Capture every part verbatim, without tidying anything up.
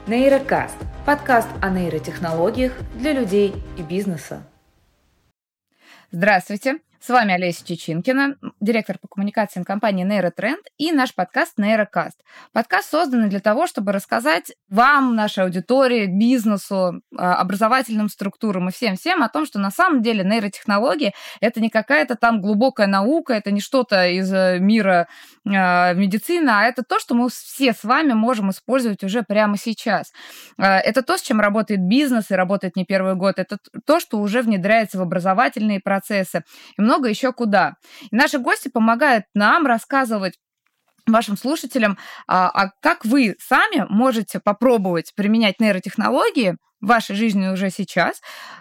Нейрокаст – подкаст о нейротехнологиях для людей и бизнеса. Здравствуйте, с вами Олеся Чечинкина, директор по коммуникациям компании Нейротренд, и наш подкаст Нейрокаст. Подкаст создан для того, чтобы рассказать вам, нашей аудитории, бизнесу, образовательным структурам и всем-всем о том, что на самом деле нейротехнологии – это не какая-то там глубокая наука, это не что-то из мира медицины, а это то, что мы все с вами можем использовать уже прямо сейчас. Это то, с чем работает бизнес и работает не первый год. Это то, что уже внедряется в образовательные процессы и много еще куда. И наши гости помогают нам рассказывать вашим слушателям, а, а как вы сами можете попробовать применять нейротехнологии в вашей жизни уже сейчас.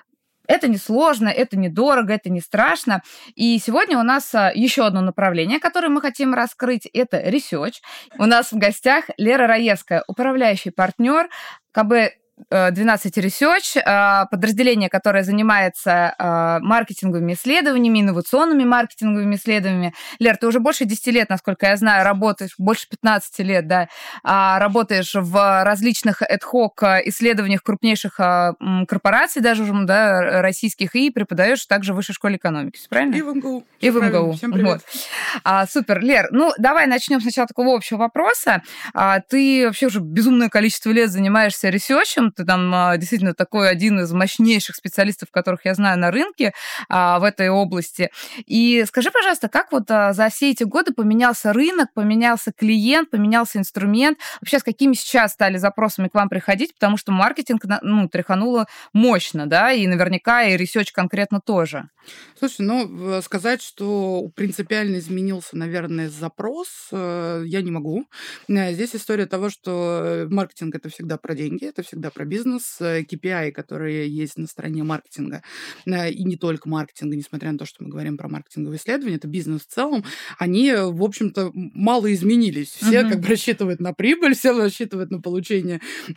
Это не сложно, это недорого, это не страшно. И сегодня у нас еще одно направление, которое мы хотим раскрыть, это research. У нас в гостях Лера Раевская, управляющий партнер ка бэ двенадцать Research, подразделение, которое занимается маркетинговыми исследованиями, инновационными маркетинговыми исследованиями. Лер, ты уже больше десяти лет, насколько я знаю, работаешь, больше пятнадцати лет, да, работаешь в различных ad-hoc исследованиях крупнейших корпораций, даже уже, да, российских, и преподаешь также в Высшей школе экономики, правильно? И в эм гэ у. И в эм гэ у. Всем привет. Вот. А, супер. Лер, ну, давай начнем сначала такого общего вопроса. А, ты вообще уже безумное количество лет занимаешься ресерчем, ты там а, действительно такой один из мощнейших специалистов, которых я знаю на рынке а, в этой области. И скажи, пожалуйста, как вот а, за все эти годы поменялся рынок, поменялся клиент, поменялся инструмент? Вообще, с какими сейчас стали запросами к вам приходить? Потому что маркетинг, ну, тряхануло мощно, да, и наверняка и ресерч конкретно тоже. Слушай, ну, сказать, что принципиально изменился, наверное, запрос, я не могу. Здесь история того, что маркетинг – это всегда про деньги, это всегда про бизнес. кей пи ай, которые есть на стороне маркетинга, и не только маркетинга, несмотря на то, что мы говорим про маркетинговые исследования, это бизнес в целом, они, в общем-то, мало изменились. Все uh-huh. как бы рассчитывают на прибыль, все рассчитывают на получение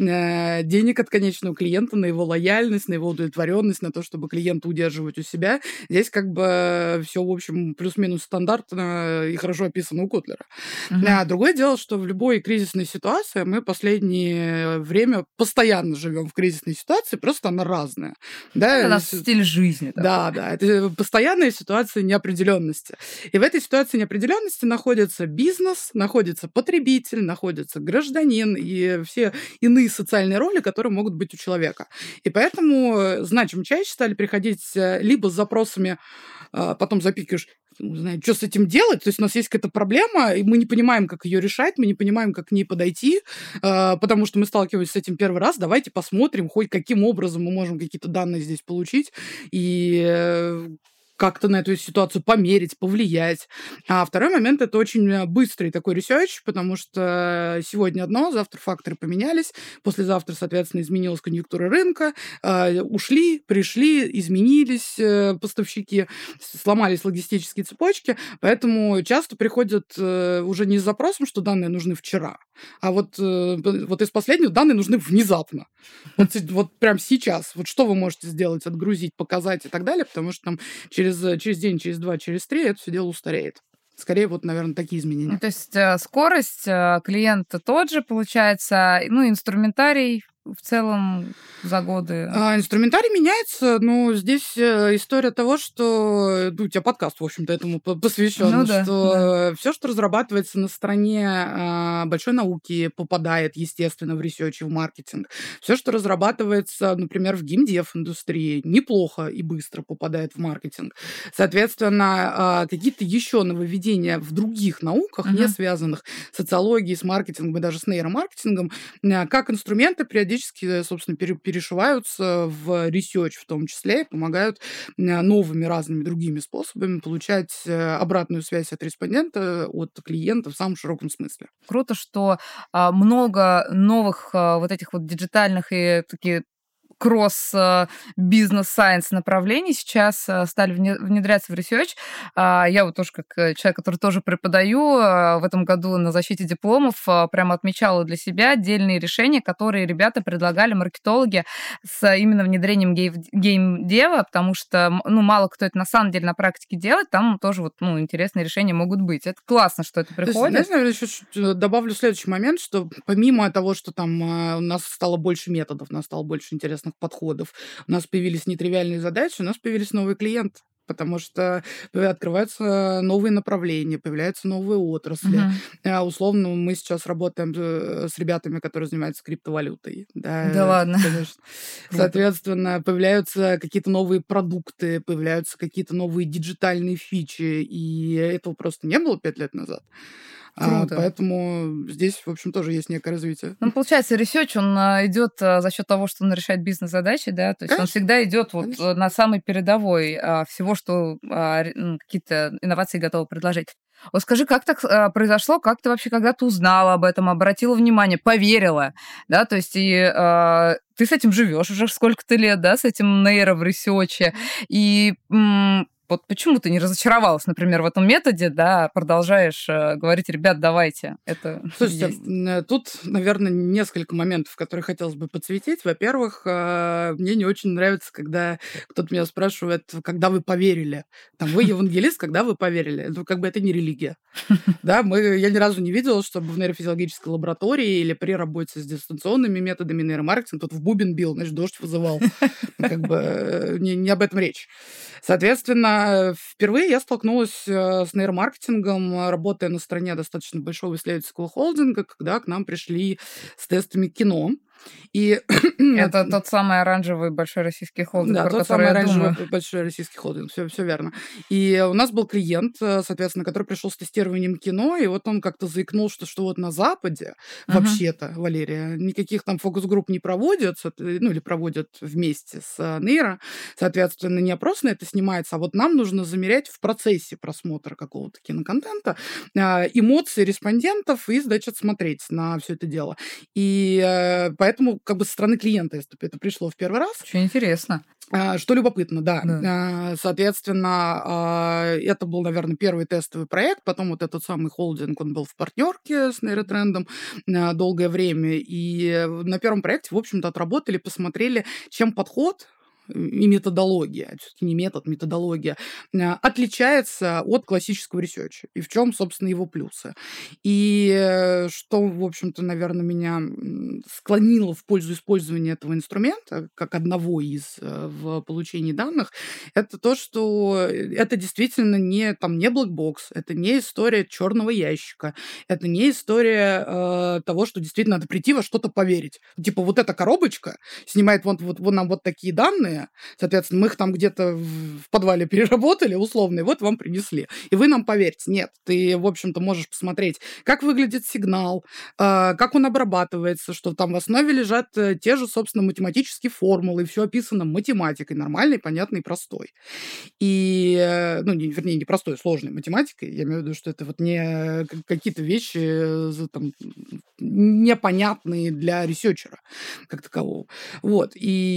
денег от конечного клиента, на его лояльность, на его удовлетворенность, на то, чтобы клиента удерживать у себя. Здесь как бы все, в общем, плюс-минус стандартно и хорошо описано у Котлера. Uh-huh. А другое дело, что в любой кризисной ситуации мы последнее время постоянно живем в кризисной ситуации, просто она разная. Да? Это наш стиль жизни. Да, такой. да, это постоянная ситуация неопределенности. И в этой ситуации неопределенности находится бизнес, находится потребитель, находится гражданин и все иные социальные роли, которые могут быть у человека. И поэтому значимо чаще стали приходить либо с запросами, потом запикаешь, не знаю, что с этим делать. То есть у нас есть какая-то проблема, и мы не понимаем, как ее решать, мы не понимаем, как к ней подойти, потому что мы сталкиваемся с этим первый раз. Давайте посмотрим, хоть каким образом мы можем какие-то данные здесь получить и как-то на эту ситуацию померить, повлиять. А второй момент – это очень быстрый такой ресерч, потому что сегодня одно, завтра факторы поменялись, послезавтра, соответственно, изменилась конъюнктура рынка, э, ушли, пришли, изменились э, поставщики, сломались логистические цепочки, поэтому часто приходят э, уже не с запросом, что данные нужны вчера, а вот, э, вот из последнего данные нужны внезапно. Вот, вот прямо сейчас. Вот что вы можете сделать, отгрузить, показать и так далее, потому что там через Через, через день, через два, через три это все дело устареет. Скорее, вот, наверное, такие изменения. Ну, то есть э, скорость э, клиента тот же, получается, ну, инструментарий в целом за годы? А, инструментарий меняется, но здесь история того, что ну, у тебя подкаст, в общем-то, этому посвящен, ну, да, что да. все, что разрабатывается на стороне а, большой науки, попадает, естественно, в ресерч и в маркетинг. Все, что разрабатывается, например, в геймдев-индустрии, неплохо и быстро попадает в маркетинг. Соответственно, а, какие-то еще нововведения в других науках, uh-huh. не связанных с социологией, с маркетингом и даже с нейромаркетингом, а, как инструменты периодически собственно, перешиваются в research в том числе и помогают новыми разными другими способами получать обратную связь от респондента, от клиента в самом широком смысле. Круто, что много новых вот этих вот диджитальных и таких кросс-бизнес-сайенс направлений сейчас стали внедряться в research. Я вот тоже, как человек, который тоже преподаю, в этом году на защите дипломов прямо отмечала для себя отдельные решения, которые ребята предлагали, маркетологи, с именно внедрением гейм-дева, потому что ну, мало кто это на самом деле на практике делает, там тоже вот, ну, интересные решения могут быть. Это классно, что это приходит. Есть, наверное, еще добавлю следующий момент, что помимо того, что там у нас стало больше методов, у нас стало больше интересных подходов, у нас появились нетривиальные задачи, у нас появились новые клиенты. Потому что открываются новые направления, появляются новые отрасли. Uh-huh. Условно, мы сейчас работаем с ребятами, которые занимаются криптовалютой. Да, да ладно. Конечно. Соответственно, появляются какие-то новые продукты, появляются какие-то новые диджитальные фичи, и этого просто не было пять лет назад. Круто. А, поэтому здесь, в общем, тоже есть некое развитие. Ну, получается, ресерч, он идет за счет того, что он решает бизнес-задачи, да, то есть Конечно. Он всегда идет вот Конечно. На самой передовой а, всего, что а, какие-то инновации готовы предложить. Вот скажи, как так а, произошло, как ты вообще когда-то узнала об этом, обратила внимание, поверила, да, то есть и а, ты с этим живешь уже сколько-то лет, да, с этим нейро в ресерче, и м- вот почему ты не разочаровалась, например, в этом методе, да, продолжаешь э, говорить, ребят, давайте, это Слушайте, есть. Тут, наверное, несколько моментов, которые хотелось бы подсветить. Во-первых, э, мне не очень нравится, когда кто-то меня спрашивает, когда вы поверили. Там, вы евангелист, когда вы поверили. Это как бы это не религия. Да, мы, я ни разу не видела, чтобы в нейрофизиологической лаборатории или при работе с дистанционными методами нейромаркетинга кто-то в бубен бил, значит, дождь вызывал. Как бы не, не об этом речь. Соответственно, впервые я столкнулась с нейромаркетингом, работая на стороне достаточно большого исследовательского холдинга, когда к нам пришли с тестами кино. И это тот самый оранжевый большой российский холдинг, да, про тот который самый я оранжевый думаю. большой российский холдинг, все, все верно. И у нас был клиент, соответственно, который пришел с тестированием кино, и вот он как-то заикнул, что, что вот на Западе uh-huh. вообще-то, Валерия, никаких там фокус-групп не проводятся, ну или проводят вместе с нейро, соответственно, не опросно это снимается, а вот нам нужно замерять в процессе просмотра какого-то киноконтента эмоции респондентов и, значит, смотреть на все это дело. И поэтому как бы со стороны клиента это пришло в первый раз. Очень интересно. Что любопытно, да. да. Соответственно, это был, наверное, первый тестовый проект. Потом вот этот самый холдинг, он был в партнерке с нейротрендом долгое время. И на первом проекте, в общем-то, отработали, посмотрели, чем подход и методология, все-таки не метод, методология, отличается от классического ресерча. И в чем, собственно, его плюсы. И что, в общем-то, наверное, меня склонило в пользу использования этого инструмента, как одного из в получении данных, это то, что это действительно не, там, не блэкбокс, это не история черного ящика, это не история э, того, что действительно надо прийти во что-то поверить. Типа вот эта коробочка снимает вот, вот, вот нам вот такие данные, соответственно, мы их там где-то в подвале переработали, условно, и вот вам принесли. И вы нам поверьте. Нет, ты, в общем-то, можешь посмотреть, как выглядит сигнал, как он обрабатывается, что там в основе лежат те же, собственно, математические формулы, и все описано математикой, нормальной, понятной, простой. И, ну, не, вернее, не простой, сложной математикой. Я имею в виду, что это вот не какие-то вещи там, непонятные для ресерчера как такового. Вот.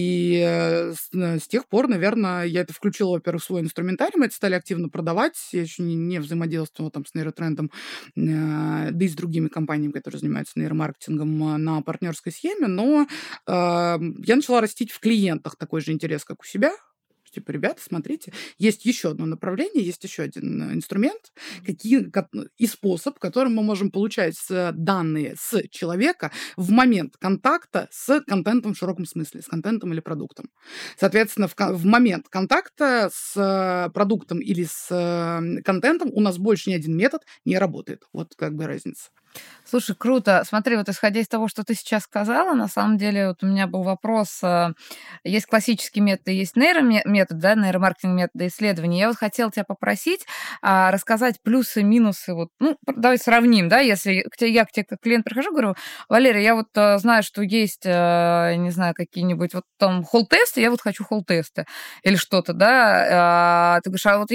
И с тех пор, наверное, я это включила, во-первых, в свой инструментарий, мы это стали активно продавать, я еще не, не взаимодействовала там с нейротрендом, да и с другими компаниями, которые занимаются нейромаркетингом на партнерской схеме, но э, я начала растить в клиентах такой же интерес, как у себя. Типа, ребята, смотрите, есть еще одно направление, есть еще один инструмент какие, и способ, которым мы можем получать данные с человека в момент контакта с контентом в широком смысле, с контентом или продуктом. Соответственно, в, в момент контакта с продуктом или с контентом у нас больше ни один метод не работает. Вот как бы разница. Слушай, круто. Смотри, вот исходя из того, что ты сейчас сказала, на самом деле вот у меня был вопрос. Есть классические методы, есть нейрометод, да, нейромаркетинг методы исследования. Я вот хотела тебя попросить а, рассказать плюсы, минусы. Вот, ну, давай сравним, да, если я к тебе как клиент прихожу, говорю, Валерия, я вот а, знаю, что есть, а, не знаю, какие-нибудь вот там холл-тесты, я вот хочу холл-тесты или что-то, да. А, ты говоришь, а вот есть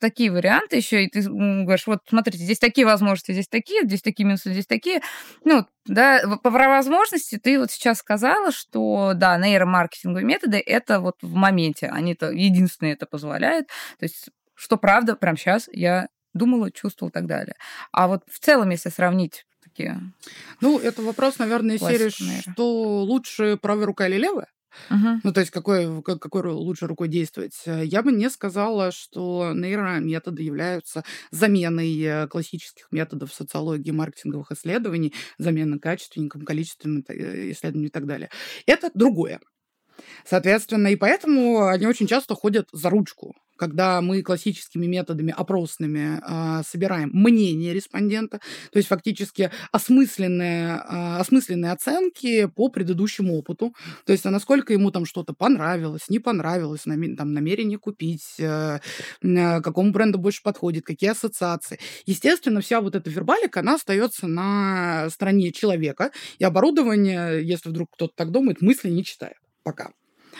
такие варианты еще, и ты говоришь, вот смотрите, здесь такие возможности, здесь такие, здесь такие минусы, здесь такие. Ну, да, по возможности ты вот сейчас сказала, что, да, нейромаркетинговые методы — это вот в моменте, они-то единственные это позволяют. То есть, что правда, прямо сейчас я думала, чувствовала и так далее. А вот в целом, если сравнить такие... Ну, это вопрос, наверное, из серии, наверное. что лучше правая рука или левая? Угу. Ну, то есть какой, какой лучше рукой действовать? Я бы не сказала, что нейрометоды являются заменой классических методов социологии, маркетинговых исследований, заменой качественникам, количественным исследований и так далее. Это другое. Соответственно, и поэтому они очень часто ходят за ручку. Когда мы классическими методами опросными э, собираем мнение респондента, то есть фактически осмысленные, э, осмысленные оценки по предыдущему опыту, то есть а насколько ему там что-то понравилось, не понравилось, нам, там, намерение купить, э, э, какому бренду больше подходит, какие ассоциации. Естественно, вся вот эта вербалика, она остается на стороне человека, и оборудование, если вдруг кто-то так думает, мысли не читает пока.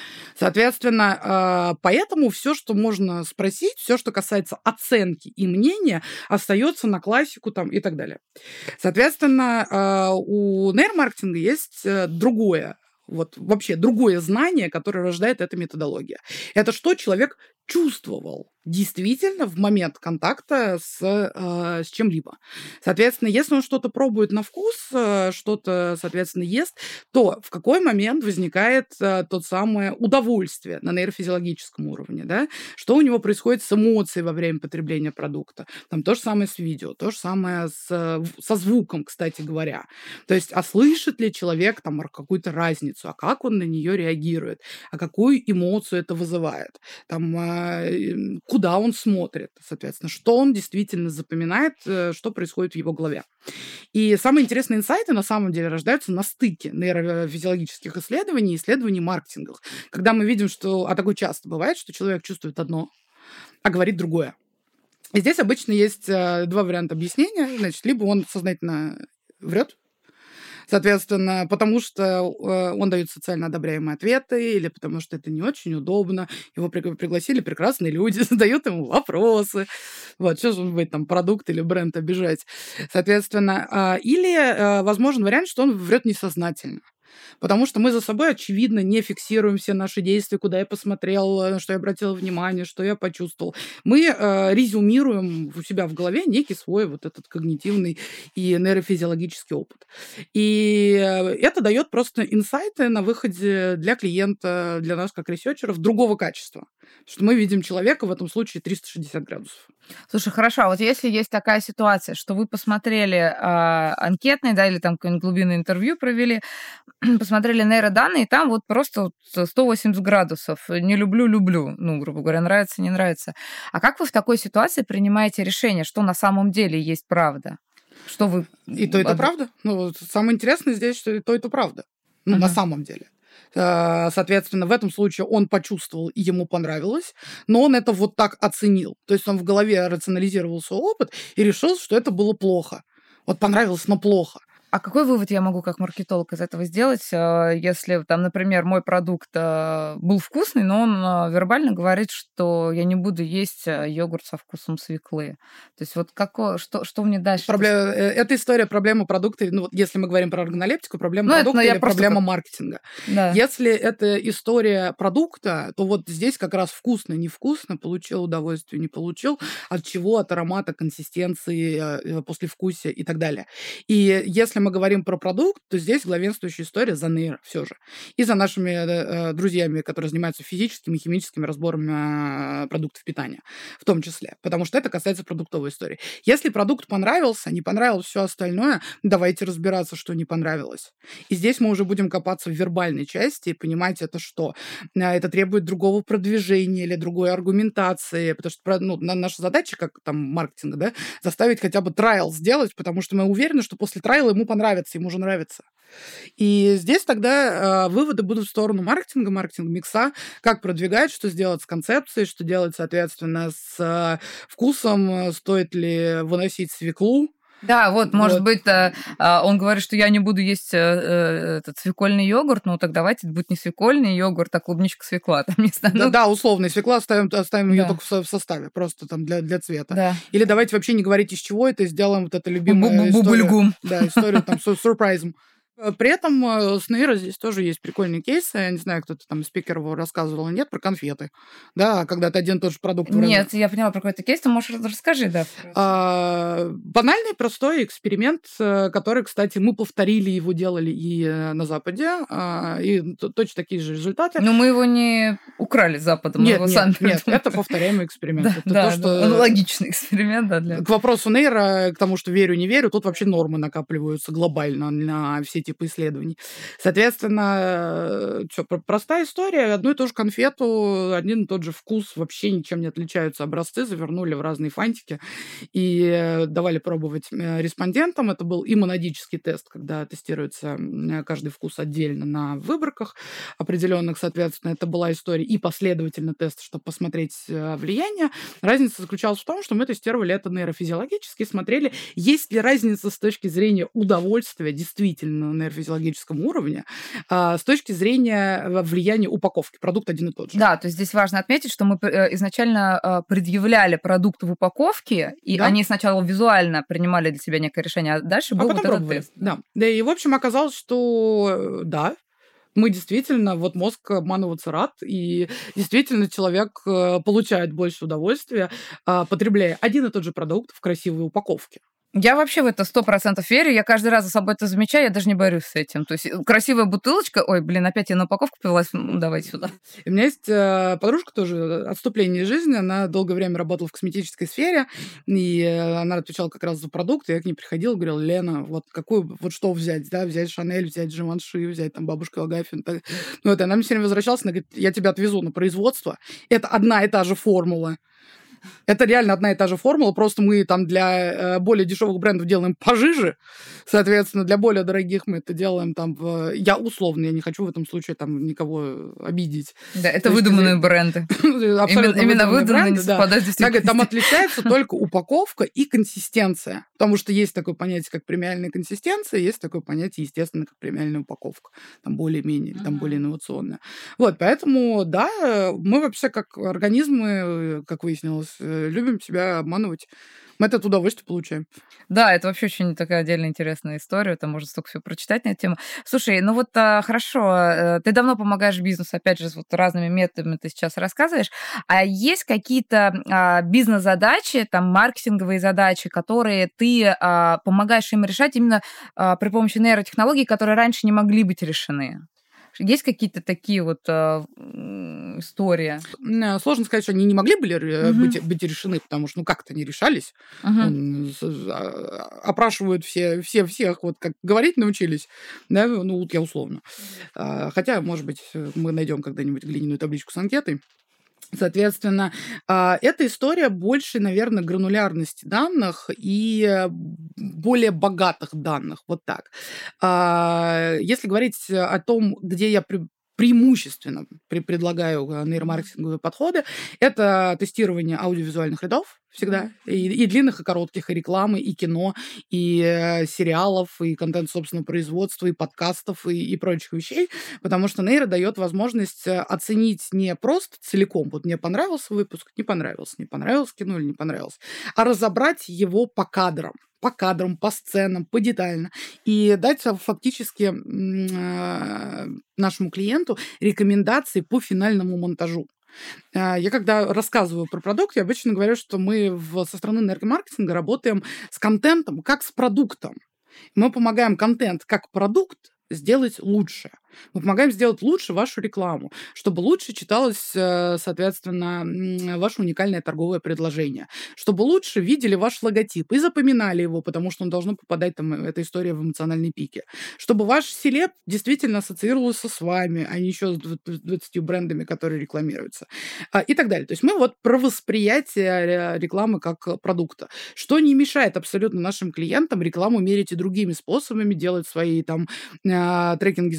Соответственно, поэтому все, что можно спросить, все, что касается оценки и мнения, остается на классику там и так далее. Соответственно, у нейромаркетинга есть другое, вот вообще другое знание, которое рождает эта методология. Это что человек чувствовал действительно в момент контакта с, э, с чем-либо. Соответственно, если он что-то пробует на вкус, э, что-то, соответственно, ест, то в какой момент возникает э, то самое удовольствие на нейрофизиологическом уровне, да? Что у него происходит с эмоцией во время потребления продукта. Там то же самое с видео, то же самое с, со звуком, кстати говоря. То есть, а слышит ли человек там какую-то разницу, а как он на нее реагирует, а какую эмоцию это вызывает, там, э, куда он смотрит, соответственно, что он действительно запоминает, что происходит в его голове. И самые интересные инсайты на самом деле рождаются на стыке нейрофизиологических исследований и исследований маркетинговых. Когда мы видим, что, а такое часто бывает, что человек чувствует одно, а говорит другое. И здесь обычно есть два варианта объяснения. Значит, либо он сознательно врет, соответственно, потому что он дает социально одобряемые ответы, или потому что это не очень удобно. Его пригласили прекрасные люди, задают ему вопросы. Вот, что же он будет, там, продукт или бренд обижать. Соответственно, или возможен вариант, что он врет несознательно. Потому что мы за собой, очевидно, не фиксируем все наши действия, куда я посмотрел, на что я обратила внимание, что я почувствовал. Мы э, резюмируем у себя в голове некий свой вот этот когнитивный и нейрофизиологический опыт. И это дает просто инсайты на выходе для клиента, для нас, как ресерчеров, другого качества. Что мы видим человека в этом случае триста шестьдесят градусов. Слушай, хорошо, а вот если есть такая ситуация, что вы посмотрели э, анкетные, да, или там какое-нибудь глубинное интервью провели, посмотрели нейроданные, и там вот просто сто восемьдесят градусов. Не люблю, люблю. Ну, грубо говоря, нравится, не нравится. А как вы в такой ситуации принимаете решение, что на самом деле есть правда? Что вы... И то, это правда. Ну, самое интересное здесь, что и то, это правда. Ну, uh-huh. на самом деле. Соответственно, в этом случае он почувствовал, и ему понравилось, но он это вот так оценил. То есть он в голове рационализировал свой опыт и решил, что это было плохо. Вот понравилось, но плохо. А какой вывод я могу как маркетолог из этого сделать, если, там, например, мой продукт был вкусный, но он вербально говорит, что я не буду есть йогурт со вкусом свеклы? То есть вот какое, что, что мне дальше? Проблема, это история проблемы продукта, ну, если мы говорим про органолептику, проблема ну, продукта или проблема как... маркетинга. Да. Если это история продукта, то вот здесь как раз вкусно, невкусно, получил удовольствие, не получил, от чего, от аромата, консистенции, послевкусия и так далее. И если мы говорим про продукт, то здесь главенствующая история за нейро все же. И за нашими э, друзьями, которые занимаются физическими и химическими разборами э, продуктов питания в том числе. Потому что это касается продуктовой истории. Если продукт понравился, не понравилось все остальное, давайте разбираться, что не понравилось. И здесь мы уже будем копаться в вербальной части и понимать, это что. Это требует другого продвижения или другой аргументации, потому что ну, наша задача, как там маркетинга, да, заставить хотя бы трайл сделать, потому что мы уверены, что после трайла ему понравится, ему же нравится. И здесь тогда э, выводы будут в сторону маркетинга, маркетинг-микса, как продвигать, что сделать с концепцией, что делать, соответственно, с э, вкусом, стоит ли выносить свеклу, Да, вот, может Вот. быть, а, а, он говорит, что я не буду есть э, э, этот свекольный йогурт, ну так давайте, это будет не свекольный йогурт, а клубничка свекла. Там, не знаю, Да, ну, да, условно, свекла оставим, оставим ее Да. только в со- в составе, просто там для, для цвета. да. Или давайте вообще не говорить, из чего это, и сделаем вот это любимая история. Бу-бу-бу-бульгум. Да, историю там с с сюрпризом. Э, При этом э, с Нейро здесь тоже есть прикольные кейсы. Я не знаю, кто-то там из спикеров рассказывал или нет, про конфеты. Да, когда ты один и тот же продукт... в раз- Нет, я поняла про какой-то кейс, ты можешь рас- расскажи, да. А, банальный, простой эксперимент, э, который, кстати, мы повторили, его делали и э, на Западе, а, и т- точно такие же результаты. Но мы его не украли с Запада, мы Нет, его нет, сами нет, придумали. это повторяемый эксперимент. Да, Это да, то, что... ну, логичный эксперимент, да, для... К вопросу нейро, к тому, что верю, не верю, тут вообще нормы накапливаются глобально на все типы исследований. Соответственно, что, простая история, одну и ту же конфету, один и тот же вкус, вообще ничем не отличаются образцы, завернули в разные фантики и э, давали пробовать э, респондентам. Это был и монадический тест, когда тестируется м, каждый вкус отдельно на выборках определенных, соответственно, это была история и последовательно тест, чтобы посмотреть э, влияние. Разница заключалась в том, что мы тестировали это нейрофизиологически, смотрели, есть ли разница с точки зрения удовольствия действительно на нейрофизиологическом уровне, а, с точки зрения э, влияния упаковки. Продукт один и тот же. Да, то есть здесь важно отметить, что мы э, изначально э, предъявляли продукт в упаковке, и Да. они сначала визуально принимали для себя некое решение, а дальше А был потом вот этот пробовали. тест. Да. Да, и, в общем, оказалось, что э, да, мы действительно, вот мозг обманываться рад, и действительно человек э, получает больше удовольствия, а, потребляя один и тот же продукт в красивой упаковке. Я вообще в это сто процентов верю, я каждый раз за собой это замечаю, я даже не борюсь с этим. То есть э, красивая бутылочка, ой, блин, опять я на упаковку повелась, м, давайте сюда. И у меня есть э, подружка тоже, отступление из жизни, она долгое время работала в косметической сфере, и э, она отвечала как раз за продукты, я к ней приходила, говорила: Лена, вот какую, вот что взять, да, взять Шанель, взять Живанши, взять там бабушку Агафьин. Так. Ну, это она мне все время возвращалась, она говорит: я тебя отвезу на производство, это одна и та же формула. Это реально одна и та же формула, просто мы там для э, более дешевых брендов делаем пожиже, соответственно, для более дорогих мы это делаем там... В... Я условно, я не хочу в этом случае там никого обидеть. Да, это То есть, выдуманные бренды. Абсолютно Именно, именно выдуманные выдуманные, не бренды, да. совпадают с Да, говорит, там действительностью. отличается только упаковка и консистенция. Потому что есть такое понятие, как премиальная консистенция, есть такое понятие, естественно, как премиальная упаковка. Там более-менее, там более инновационная. Вот, поэтому, да, мы вообще как организмы, как выяснилось, э, любим себя обманывать. Мы от этого удовольствие получаем. Да, это вообще очень такая отдельно интересная история, там можно столько всего прочитать на эту тему. Слушай, ну вот а, хорошо, а, ты давно помогаешь бизнесу, опять же, с вот разными методами ты сейчас рассказываешь, а есть какие-то а, бизнес-задачи, там, маркетинговые задачи, которые ты а, помогаешь им решать именно а, при помощи нейротехнологий, которые раньше не могли быть решены? Есть какие-то такие вот а, м, истории? М, Сложно сказать, что они не могли были э, Мгм. быть, быть решены, потому что, ну, как-то не решались. Мгм. Он, с- а, опрашивают все, все всех, вот как говорить научились, да, ну, вот я условно. А, Хотя, может быть, э, мы найдем когда-нибудь глиняную табличку с анкетой. Соответственно, а, эта история больше, наверное, гранулярности данных и э, более богатых данных. Вот так. А, Если говорить о том, где я пре- преимущественно пре- предлагаю э, нейромаркетинговые подходы, это тестирование аудиовизуальных рядов всегда, и, и длинных, и коротких, и рекламы, и кино, и э, сериалов, и контент собственного производства, и подкастов, и, и прочих вещей, потому что нейро дает возможность э, оценить не просто целиком, вот мне понравился выпуск, не понравился, не понравилось кино или не понравилось, а разобрать его по кадрам, по кадрам, по сценам, подетально, и дать фактически м, э, нашему клиенту рекомендации по финальному монтажу. А, Я когда рассказываю про продукт, я обычно говорю, что мы в- со стороны энергомаркетинга работаем с контентом как с продуктом. Мы помогаем контент как продукт сделать лучше. Мы помогаем сделать лучше вашу рекламу, чтобы лучше читалось, э, соответственно, м, ваше уникальное торговое предложение, чтобы лучше видели ваш логотип и запоминали его, потому что он должен попадать, там, э, эта история в эмоциональные пики, чтобы ваш селеб действительно ассоциировался с вами, а не еще с дв- двадцатью брендами, которые рекламируются, а, и так далее. То есть мы вот про восприятие э, рекламы как э, продукта, что не мешает абсолютно нашим клиентам рекламу мерить и другими способами, делать свои там э, трекинги здоровья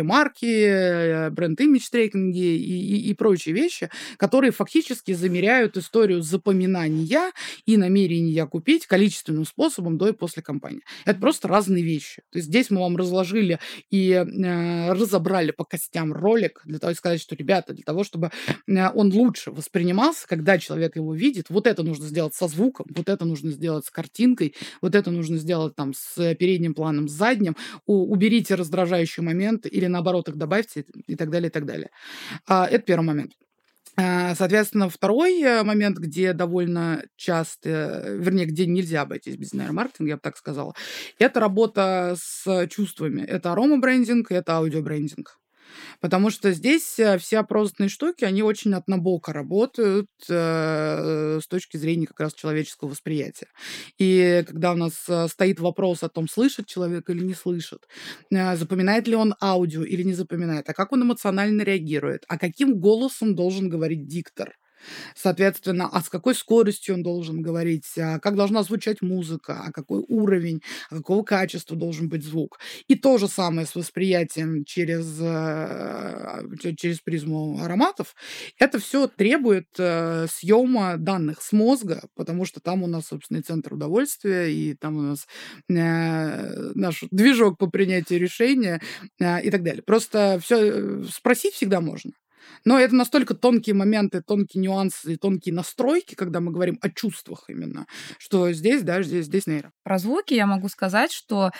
марки, бренд-имидж-трекинги и, и, и прочие вещи, которые фактически замеряют историю запоминания и намерения купить количественным способом до и после кампании. Это просто разные вещи. То есть здесь мы вам разложили и э, разобрали по костям ролик для того, чтобы сказать, что, ребята, для того, чтобы э, он лучше воспринимался, когда человек его видит, вот это нужно сделать со звуком, вот это нужно сделать с картинкой, вот это нужно сделать там с передним планом, с задним, у, уберите раздражающий момент или наоборот их добавьте и так далее, и так далее. А, это первый момент. Соответственно, второй момент, где довольно часто, вернее, где нельзя обойтись без нейромаркетинга, я бы так сказала, это работа с чувствами. Это арома-брендинг, это аудио-брендинг. Потому что здесь все опросные штуки, они очень однобоко работают э, с точки зрения как раз человеческого восприятия. И когда у нас стоит вопрос о том, слышит человек или не слышит, э, запоминает ли он аудио или не запоминает, а как он эмоционально реагирует, а каким голосом должен говорить диктор. Соответственно, а с какой скоростью он должен говорить, а как должна звучать музыка, а какой уровень, а какого качества должен быть звук. И то же самое с восприятием через, через призму ароматов. Это все требует съема данных с мозга, потому что там у нас, собственно, и центр удовольствия, и там у нас наш движок по принятию решения и так далее. Просто все спросить всегда можно. Но это настолько тонкие моменты, тонкие нюансы, тонкие настройки, когда мы говорим о чувствах именно, что здесь, да, здесь, здесь нейро. Про звуки я могу сказать, что...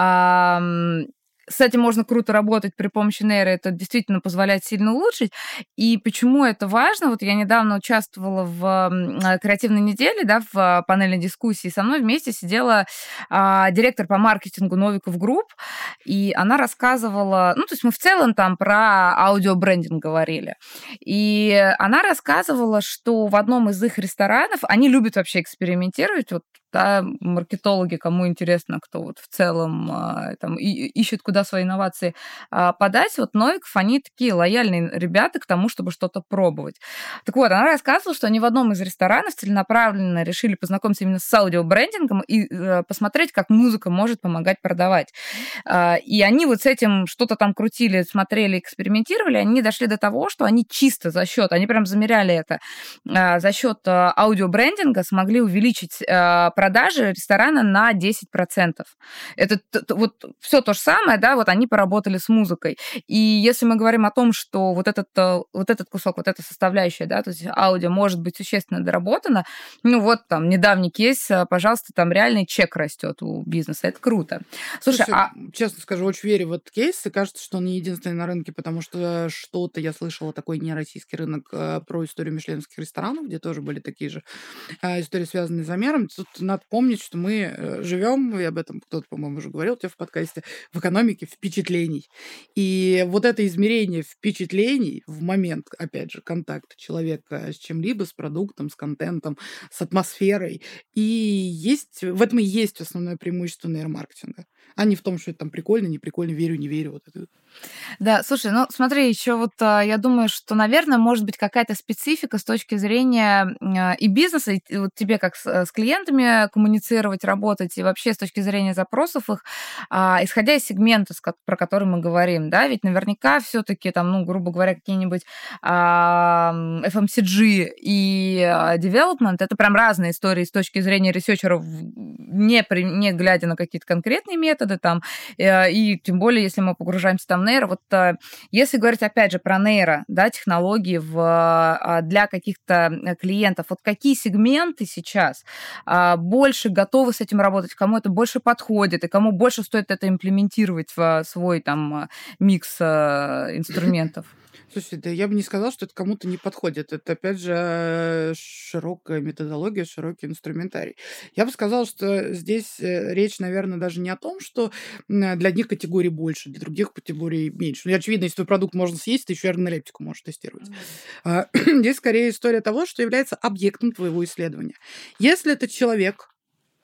Ам... С этим можно круто работать при помощи нейро, это действительно позволяет сильно улучшить. И почему это важно? Вот я недавно участвовала в креативной неделе, да, в панельной дискуссии. Со мной вместе сидела а, директор по маркетингу Новиков Групп, и она рассказывала... Ну, то есть мы в целом там про аудиобрендинг говорили. И она рассказывала, что в одном из их ресторанов они любят вообще экспериментировать, вот, да, маркетологи, кому интересно, кто вот в целом а, там, и, ищет, куда свои инновации а, подать, вот Новиков, они такие лояльные ребята к тому, чтобы что-то пробовать. Так вот, она рассказывала, что они в одном из ресторанов целенаправленно решили познакомиться именно с аудиобрендингом и а, посмотреть, как музыка может помогать продавать. А, и они вот с этим что-то там крутили, смотрели, экспериментировали, они дошли до того, что они чисто за счет, они прям замеряли это, а, за счет а, аудиобрендинга смогли увеличить а, продажи ресторана на десять процентов. Это вот все то же самое, да, вот они поработали с музыкой. И если мы говорим о том, что вот этот, вот этот кусок, вот эта составляющая, да, то есть аудио может быть существенно доработано, ну вот там недавний кейс, пожалуйста, там реальный чек растет у бизнеса, это круто. Слушай, Слушай а... честно скажу, очень верю в этот кейс, и кажется, что он не единственный на рынке, потому что что-то я слышала, такой нероссийский рынок про историю мишленовских ресторанов, где тоже были такие же истории, связанные с замером. Тут надо помнить, что мы живем, и об этом кто-то, по-моему, уже говорил у тебя в подкасте, в экономике впечатлений. И вот это измерение впечатлений в момент, опять же, контакта человека с чем-либо, с продуктом, с контентом, с атмосферой. И есть, в этом и есть основное преимущество нейромаркетинга, а не в том, что это там прикольно, не прикольно, верю, не верю. Вот это. Да, слушай, ну смотри, еще вот я думаю, что, наверное, может быть какая-то специфика с точки зрения и бизнеса, и вот тебе как с, с клиентами коммуницировать, работать, и вообще с точки зрения запросов их, а, исходя из сегмента, про который мы говорим, да, ведь наверняка все-таки там, ну, грубо говоря, какие-нибудь а, эф эм си джи и development, это прям разные истории с точки зрения ресерчеров, не, при, не глядя на какие-то конкретные методы там, и тем более, если мы погружаемся там в нейро, вот если говорить опять же про нейро, да, технологии в, для каких-то клиентов, вот какие сегменты сейчас больше готовы с этим работать, кому это больше подходит, и кому больше стоит это имплементировать в свой там микс инструментов? Слушай, да я бы не сказала, что это кому-то не подходит. Это, опять же, широкая методология, широкий инструментарий. Я бы сказала, что здесь речь, наверное, даже не о том, что для одних категорий больше, для других категорий меньше. Ну, очевидно, если твой продукт можно съесть, ты еще и органолептику можешь тестировать. Mm-hmm. Здесь скорее история того, что является объектом твоего исследования. Если этот человек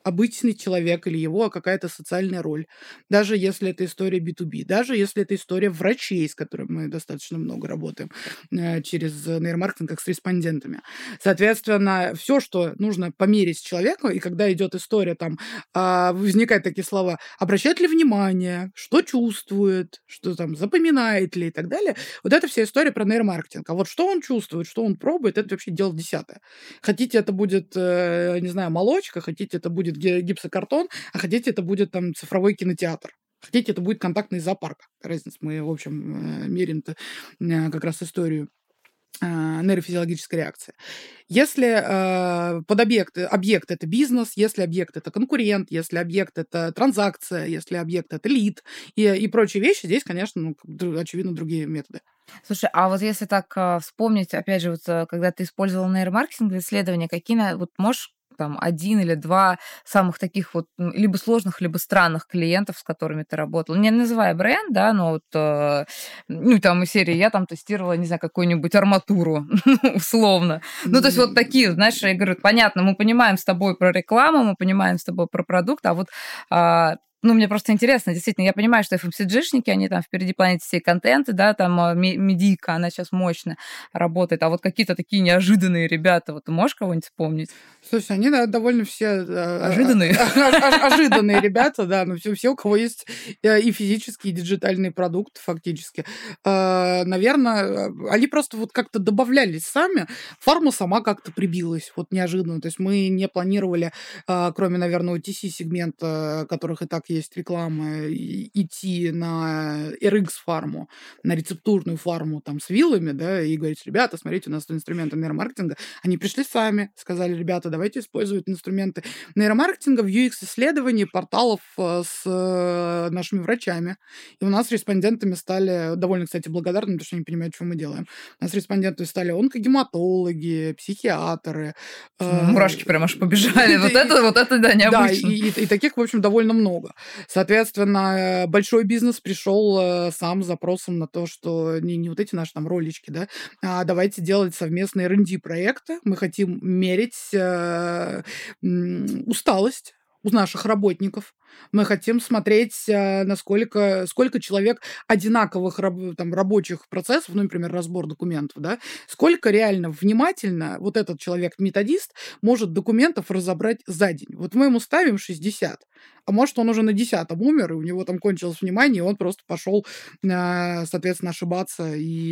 обычный человек или его какая-то социальная роль, даже если это история би ту би, даже если это история врачей, с которыми мы достаточно много работаем э, через нейромаркетинг, как с респондентами. Соответственно, все, что нужно померить человеку, и когда идет история, там э, возникают такие слова, обращает ли внимание, что чувствует, что там запоминает ли и так далее, вот это вся история про нейромаркетинг. А вот что он чувствует, что он пробует, это вообще дело десятое. Хотите, это будет, э, не знаю, молочка, хотите, это будет гипсокартон, а хотите, это будет там цифровой кинотеатр. Хотите, это будет контактный зоопарк. Разница, мы, в общем, меряем-то как раз историю нейрофизиологической реакции. Если э, под объект, объект это бизнес, если объект это конкурент, если объект это транзакция, если объект это лид и, и прочие вещи, здесь, конечно, ну, очевидно, другие методы. Слушай, а вот если так э, вспомнить, опять же, вот когда ты использовал нейромаркетинг для исследования, какие, вот можешь там один или два самых таких вот либо сложных, либо странных клиентов, с которыми ты работал. Не называя бренд, да, но вот, э, ну, там из серии я там тестировала, не знаю, какую-нибудь арматуру, условно. Ну, то есть вот такие, знаешь, я говорю, понятно, мы понимаем с тобой про рекламу, мы понимаем с тобой про продукт, а вот э, ну, мне просто интересно, действительно, я понимаю, что эф эм си джи-шники, они там впереди планеты всей контенты, да, там медийка, она сейчас мощно работает, а вот какие-то такие неожиданные ребята, вот ты можешь кого-нибудь вспомнить? Слушай, они да, довольно все... Ожиданные? Ожиданные ребята, да, но все, все, у кого есть и физический, и диджитальный продукт, фактически. Наверное, они просто вот как-то добавлялись сами, фарма сама как-то прибилась, вот неожиданно, то есть мы не планировали, кроме, наверное, о ти си-сегмента, которых и так есть реклама, идти на эр икс-фарму, на рецептурную фарму там с виллами, да, и говорить, ребята, смотрите, у нас инструменты нейромаркетинга. Они пришли сами, сказали, ребята, давайте использовать инструменты нейромаркетинга в ю экс-исследовании порталов с нашими врачами. И у нас респондентами стали, довольно, кстати, благодарны, потому что они понимают, что мы делаем. У нас респондентами стали онкогематологи, психиатры. Мурашки прям аж побежали. Вот это, вот это, да, необычно. Да, и таких, в общем, довольно много. Соответственно, большой бизнес пришел сам с запросом на то, что не, не вот эти наши там ролички, да, а давайте делать совместные эр энд ди-проекты. Мы хотим мерить э, усталость у наших работников. Мы хотим смотреть, насколько сколько человек одинаковых там, рабочих процессов, ну, например, разбор документов, да, сколько реально внимательно вот этот человек-методист может документов разобрать за день. Вот мы ему ставим шестьдесят, а может, он уже на десятом умер, и у него там кончилось внимание, и он просто пошел, соответственно, ошибаться,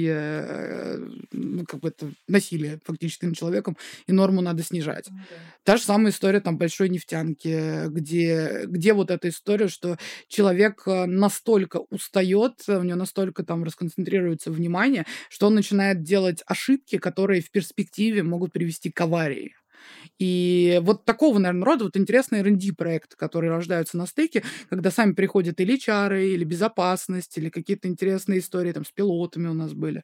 и ну, как бы это насилие фактически над человеком, и норму надо снижать. Okay. Та же самая история там большой нефтянки, где, где вот эта история, что человек настолько устает, у него настолько там расконцентрируется внимание, что он начинает делать ошибки, которые в перспективе могут привести к аварии. И вот такого, наверное, рода вот интересные эр энд ди-проекты, которые рождаются на стыке, когда сами приходят или эйч ар, или безопасность, или какие-то интересные истории там с пилотами у нас были.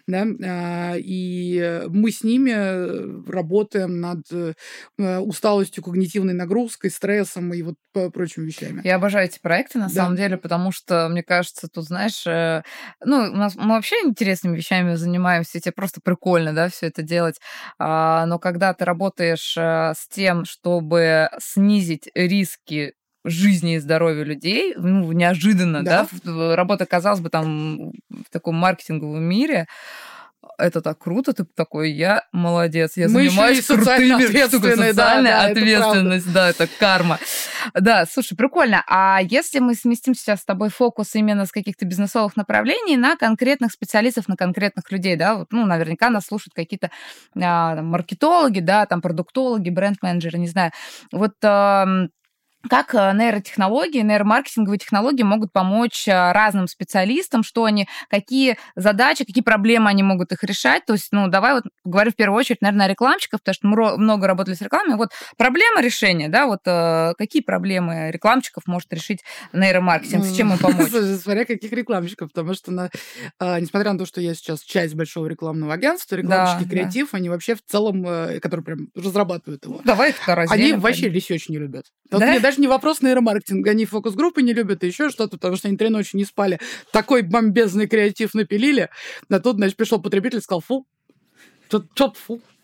Да? И мы с ними работаем над усталостью, когнитивной нагрузкой, стрессом и вот прочими вещами. Я обожаю эти проекты, на да. самом деле, потому что, мне кажется, тут, знаешь, ну, у нас, мы вообще интересными вещами занимаемся, тебе просто прикольно, да, все это делать, но когда ты работаешь с тем, чтобы снизить риски жизни и здоровья людей, ну, неожиданно, да, да? Работа, казалось бы, там в таком маркетинговом мире, это так круто, ты такой, я молодец, я Мы занимаюсь крутыми штуками, социальная да, да, ответственность, это да, это карма. Да, слушай, прикольно. А если мы сместим сейчас с тобой фокус именно с каких-то бизнесовых направлений на конкретных специалистов, на конкретных людей, да, вот, ну, наверняка нас слушают какие-то а, там, маркетологи, да, там, продуктологи, бренд-менеджеры, не знаю. Вот а, как нейротехнологии, нейромаркетинговые технологии могут помочь разным специалистам, что они, какие задачи, какие проблемы они могут их решать. То есть, ну, давай вот поговорю в первую очередь, наверное, о рекламщиках, потому что мы много работали с рекламой. Вот проблема решения, да, вот какие проблемы рекламщиков может решить нейромаркетинг, с чем им помочь? Смотря каких рекламщиков, потому что, на, несмотря на то, что я сейчас часть большого рекламного агентства, рекламщики да, креатив, да. они вообще в целом, которые прям разрабатывают его, давай их разделим. Они вообще ресерч не любят. Вот да? Даже не вопрос нейромаркетинга, они фокус-группы не любят и еще что-то, потому что они три ночи не спали. Такой бомбезный креатив напилили. А тут, значит, пришел потребитель и сказал, фу, что фу.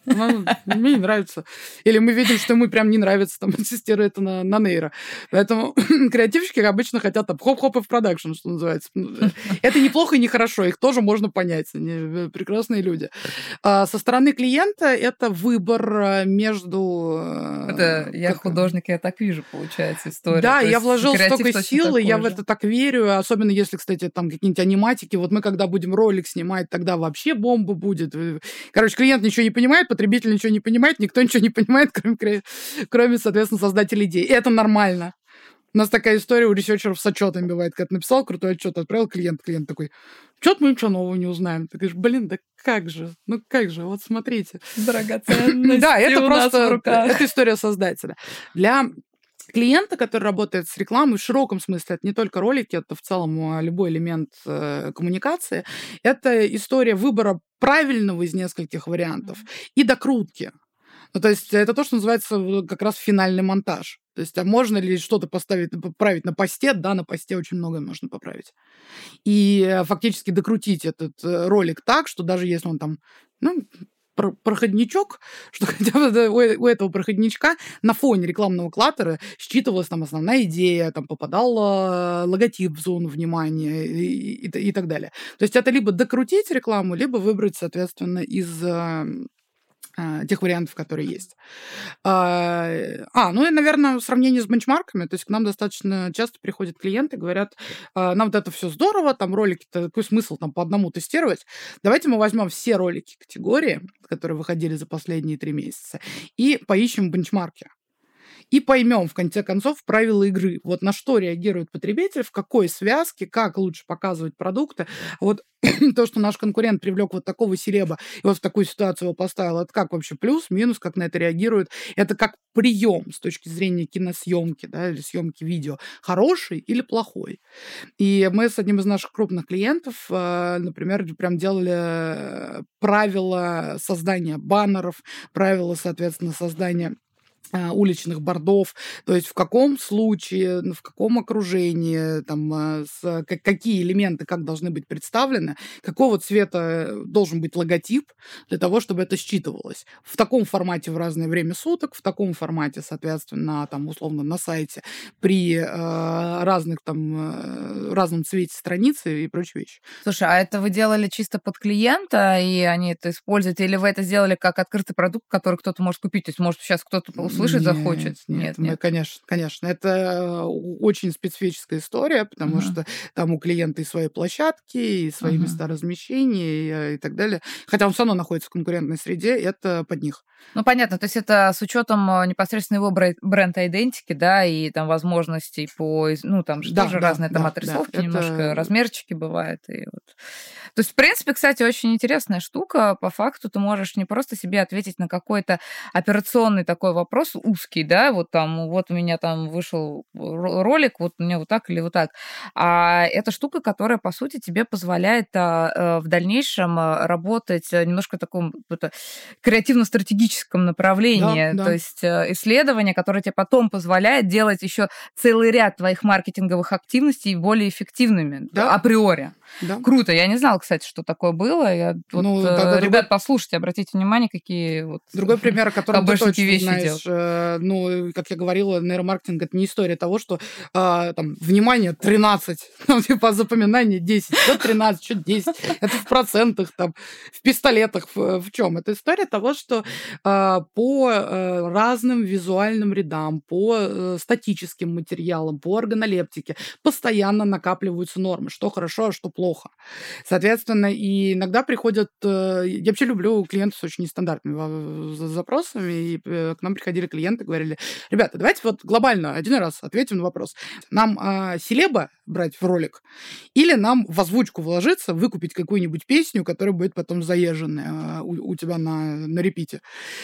Ну, мне не нравится. Или мы видим, что ему прям не нравится, там, тестируя это на, на нейро. Поэтому креативщики обычно хотят там хоп-хоп и в продакшн, что называется. Это неплохо и нехорошо, их тоже можно понять. Они прекрасные люди. А со стороны клиента это выбор между... Это я как... художник, я так вижу, получается, история. Да, То я вложил столько сил, и я же. в это так верю, особенно если, кстати, там какие-нибудь аниматики. Вот мы, когда будем ролик снимать, тогда вообще бомба будет. Короче, клиент ничего не понимает, потребитель ничего не понимает, никто ничего не понимает, кроме, кроме соответственно, создателей идей. И это нормально. У нас такая история у ресерчеров с отчетами бывает. Когда ты написал крутой отчет, отправил клиент, клиент такой, что-то мы ничего нового не узнаем. Ты говоришь, блин, да как же, ну как же, вот смотрите. Драгоценности Да, это у просто, нас в руках. Это история создателя. Для клиента, который работает с рекламой в широком смысле, это не только ролики, это в целом любой элемент э, коммуникации, это история выбора правильного из нескольких вариантов и докрутки. Ну, то есть это то, что называется как раз финальный монтаж. То есть, а можно ли что-то поставить, поправить на посте? Да, на посте очень многое можно поправить. И фактически докрутить этот ролик так, что даже если он там, ну, проходничок, что хотя бы у этого проходничка на фоне рекламного клаттера считывалась там основная идея, там попадал логотип в зону внимания и, и, и так далее. То есть это либо докрутить рекламу, либо выбрать, соответственно, из тех вариантов, которые есть. А, а, ну и, наверное, в сравнении с бенчмарками, то есть к нам достаточно часто приходят клиенты, говорят, нам вот это все здорово, там ролики-то, какой смысл там по одному тестировать? Давайте мы возьмем все ролики категории, которые выходили за последние три месяца, и поищем бенчмарки. И поймем, в конце концов, правила игры. Вот на что реагирует потребитель, в какой связке, как лучше показывать продукты. Вот то, что наш конкурент привлек вот такого селеба и вот в такую ситуацию его поставил, это как вообще плюс, минус, как на это реагирует. Это как прием с точки зрения киносъемки, да, или съемки видео. Хороший или плохой. И мы с одним из наших крупных клиентов, например, прям делали правила создания баннеров, правила, соответственно, создания уличных бордов, то есть в каком случае, в каком окружении, там, с, как, какие элементы как должны быть представлены, какого цвета должен быть логотип для того, чтобы это считывалось. В таком формате в разное время суток, в таком формате, соответственно, там, условно, на сайте при э, разных, там, разном цвете страницы и прочие вещи. Слушай, а это вы делали чисто под клиента, и они это используют, или вы это сделали как открытый продукт, который кто-то может купить? То есть, может, сейчас кто-то услышит, нет, захочет. Нет, нет, мы, нет. Конечно, конечно. Это очень специфическая история, потому uh-huh. что там у клиента и свои площадки, и свои uh-huh. места размещения, и, и так далее. Хотя он все равно находится в конкурентной среде, это под них. Ну, понятно. То есть это с учетом непосредственно его бренд-айдентики, да, и там возможностей по... Ну, там же да, тоже да, разные да, там отрисовки, да, немножко это... размерчики бывают. И вот. То есть, в принципе, кстати, очень интересная штука. По факту ты можешь не просто себе ответить на какой-то операционный такой вопрос, узкий, да, вот там, вот у меня там вышел ролик, вот у меня вот так или вот так. А это штука, которая, по сути, тебе позволяет а, в дальнейшем работать немножко в таком это, креативно-стратегическом направлении. Да, да. То есть исследование, которое тебе потом позволяет делать еще целый ряд твоих маркетинговых активностей более эффективными, да. априори. Да. Круто. Я не знала, кстати, что такое было. Я, ну, вот, ребят, другой... послушайте, обратите внимание, какие вот другой пример, о котором ты точно вещи знаешь. Э, ну, как я говорила, нейромаркетинг — это не история того, что э, там, внимание, тринадцать, ну, типа запоминание десять, что тринадцать, что десять. Это в процентах, там, в пистолетах, в, в чем? Это история того, что э, по э, разным визуальным рядам, по э, статическим материалам, по органолептике постоянно накапливаются нормы, что хорошо, а что плохо. Соответственно, и иногда приходят... Э, я вообще люблю клиентов с очень нестандартными запросами, и к нам приходили клиенты, говорили, ребята, давайте вот глобально один раз ответим на вопрос. Нам э, селеба брать в ролик или нам в озвучку вложиться, выкупить какую-нибудь песню, которая будет потом заезженная э, у, у тебя на, на репите.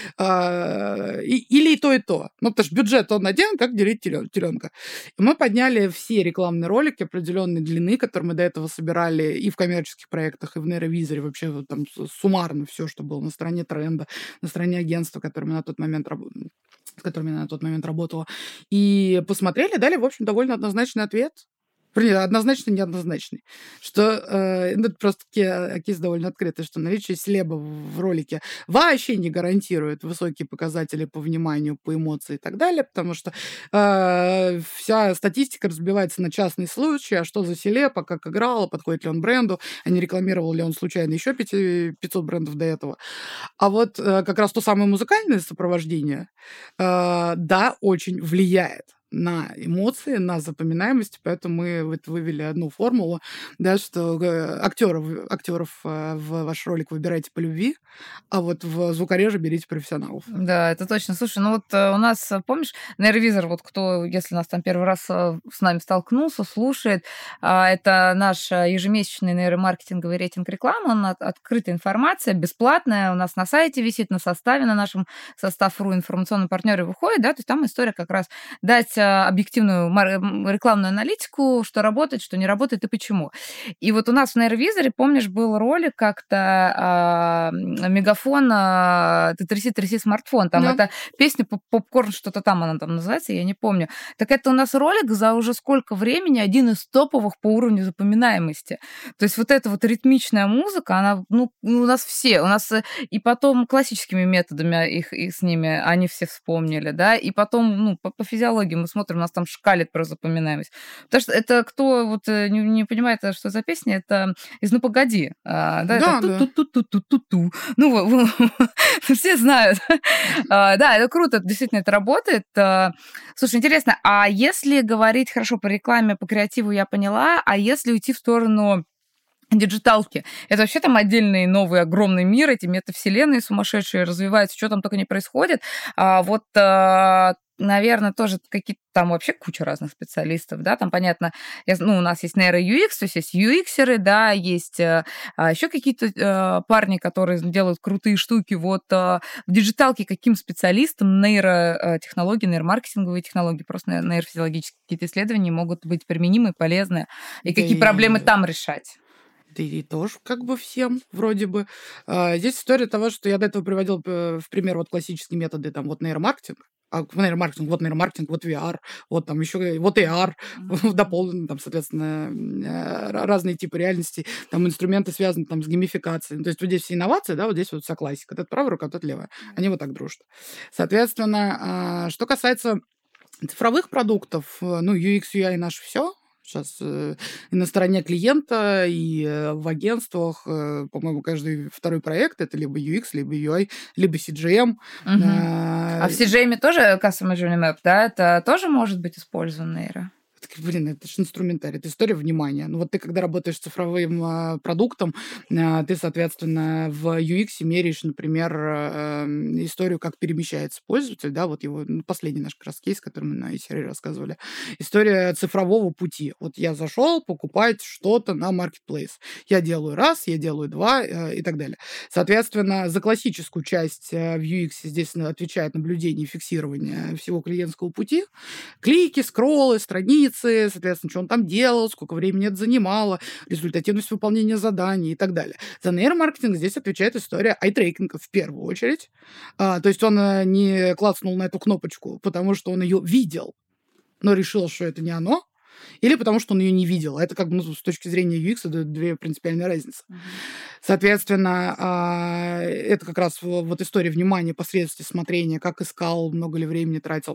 Э, и, или и то, и то. Ну, потому что бюджет он один, как делить теленка. И мы подняли все рекламные ролики определенной длины, которые мы до этого собирали и в коммерческих проектах, и в нейровизоре, вообще вот, там суммарно все, что было на стороне тренда, на стороне агентства, которыми на тот момент работали, с которыми я на тот момент работала. И посмотрели, дали, в общем, довольно однозначный ответ. Однозначно неоднозначный. Что, э, ну, это просто кейс довольно открытый, что наличие селеба в ролике вообще не гарантирует высокие показатели по вниманию, по эмоции и так далее, потому что э, вся статистика разбивается на частные случаи, а что за селеб, а как играл, подходит ли он бренду, а не рекламировал ли он случайно еще пятьсот брендов до этого. А вот э, как раз то самое музыкальное сопровождение, э, да, очень влияет на эмоции, на запоминаемость, поэтому мы вот вывели одну формулу, да, что актеров, актеров в ваш ролик выбирайте по любви, а вот в звукореже берите профессионалов. Да, это точно. Слушай, ну вот у нас, помнишь, нейровизор, вот кто, если нас там первый раз с нами столкнулся, слушает, это наш ежемесячный нейромаркетинговый рейтинг рекламы, он открытая информация, бесплатная, у нас на сайте висит, на составе, на нашем состав.ру информационном партнере выходит, да, то есть там история как раз дать объективную рекламную аналитику, что работает, что не работает и почему. И вот у нас в нейровизоре, помнишь, был ролик как-то э, мегафон э, «Ты тряси, тряси смартфон». Там да. Это песня «Попкорн», что-то там она там называется, я не помню. Так это у нас ролик за уже сколько времени один из топовых по уровню запоминаемости. То есть вот эта вот ритмичная музыка, она, ну, у нас все, у нас и потом классическими методами их, их с ними они все вспомнили, да, и потом, ну, по, по физиологии мы смотрим, у нас там шкалит про запоминаемость. Потому что это кто вот не, не понимает, что за песня, это из «Ну, погоди». А, да, да, это да. Ту-ту-ту-ту-ту-ту. Ну, все знают. а, да, это круто, действительно, это работает. А, слушай, интересно, а если говорить хорошо по рекламе, по креативу, я поняла, а если уйти в сторону диджиталки. Это вообще там отдельный новый огромный мир, эти метавселенные сумасшедшие развиваются, что там только не происходит. А, вот... А, наверное, тоже какие-то там вообще куча разных специалистов, да, там, понятно, ну, у нас есть нейро-ю экс, то есть есть ю эксеры, да, есть а, еще какие-то а, парни, которые делают крутые штуки, вот а, в диджиталке каким специалистам нейротехнологии, нейромаркетинговые технологии, просто нейрофизиологические какие-то исследования могут быть применимы, полезны, и да какие и... проблемы там решать? Да и тоже как бы всем вроде бы. А, здесь история того, что я до этого приводил в пример вот классические методы, там, вот нейромаркетинг, а нейромаркетинг, вот нейромаркетинг, вот ви ар, вот там еще, вот эй ар, mm-hmm. дополнено, там, соответственно, разные типы реальности, там, инструменты связаны там с геймификацией. То есть вот здесь все инновации, да, вот здесь вот вся классика. Вот это правая рука, вот это левая. Они вот так дружат. Соответственно, что касается цифровых продуктов, ну, ю экс, ю ай наше все. Сейчас э, и на стороне клиента, и э, в агентствах, э, по-моему, каждый второй проект это либо ю экс, либо ю ай, либо си джи эм. Угу. А, а в си джи эм тоже Customer Journey Map, да? Это тоже может быть использовано, нейро? Блин, это же инструментарий, это история внимания. Ну вот ты, когда работаешь с цифровым э, продуктом, э, ты, соответственно, в ю экс меряешь, например, э, историю, как перемещается пользователь, да, вот его ну, последний наш как раз кейс, который мы на серии рассказывали. История цифрового пути. Вот я зашел покупать что-то на Marketplace. Я делаю раз, я делаю два э, и так далее. Соответственно, за классическую часть э, в ю экс здесь отвечает наблюдение и фиксирование всего клиентского пути. Клики, скроллы, страницы, соответственно, что он там делал, сколько времени это занимало, результативность выполнения заданий и так далее. За нейромаркетинг здесь отвечает история айтрекинга в первую очередь. А, то есть он не клацнул на эту кнопочку, потому что он ее видел, но решил, что это не оно, или потому что он ее не видел. Это как бы ну, с точки зрения ю экс это две принципиальные разницы. Mm-hmm. Соответственно, а, это как раз вот история внимания, посредством смотрения, как искал, много ли времени тратил.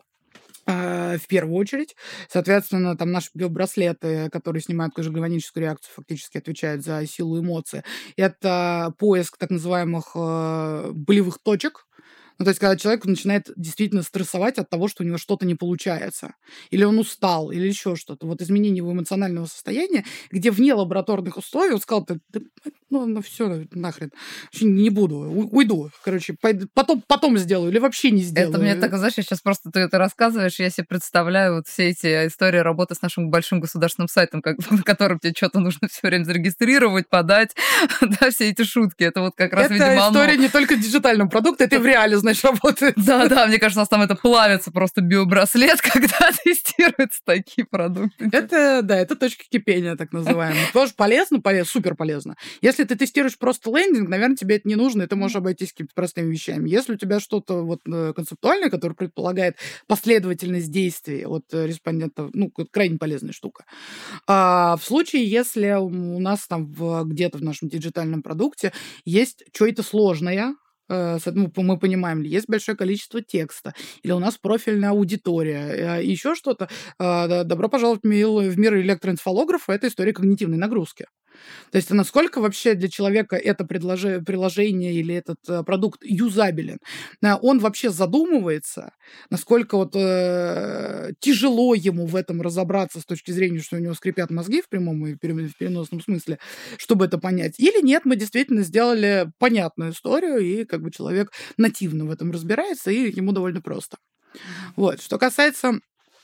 В первую очередь. Соответственно, там наши биобраслеты, которые снимают тоже гальваническую реакцию, фактически отвечают за силу эмоций. Это поиск так называемых болевых точек. Ну, то есть, когда человек начинает действительно стрессовать от того, что у него что-то не получается, или он устал, или еще что-то. Вот изменение его эмоционального состояния, где вне лабораторных условий он сказал, да, ну, ну все, нахрен, не буду, уйду, короче, пойду, потом, потом сделаю, или вообще не сделаю. Это мне так, знаешь, я сейчас просто ты это рассказываешь, я себе представляю вот все эти истории работы с нашим большим государственным сайтом, как, на котором тебе что-то нужно все время зарегистрировать, подать, да, все эти шутки. Это вот как раз, это видимо, история оно. Не только диджитального продукта, это и в реале. знаешь, работает. Да-да, мне кажется, у нас там это плавится просто биобраслет, когда тестируются такие продукты. Это, да, это точка кипения, так называемая. Тоже полезно, полезно, супер полезно. Если ты тестируешь просто лендинг, наверное, тебе это не нужно, и ты можешь обойтись какими-то простыми вещами. Если у тебя что-то вот концептуальное, которое предполагает последовательность действий от респондента, ну, крайне полезная штука. А в случае, если у нас там в, где-то в нашем диджитальном продукте есть что-то сложное, мы понимаем, ли есть большое количество текста, или у нас профильная аудитория, еще что-то, добро пожаловать в мир электроэнцефалографа, это история когнитивной нагрузки. То есть насколько вообще для человека это приложение или этот продукт юзабелен, он вообще задумывается, насколько вот э, тяжело ему в этом разобраться с точки зрения, что у него скрипят мозги в прямом и в переносном смысле, чтобы это понять, или нет, мы действительно сделали понятную историю, и как бы человек нативно в этом разбирается, и ему довольно просто. Вот. Что касается...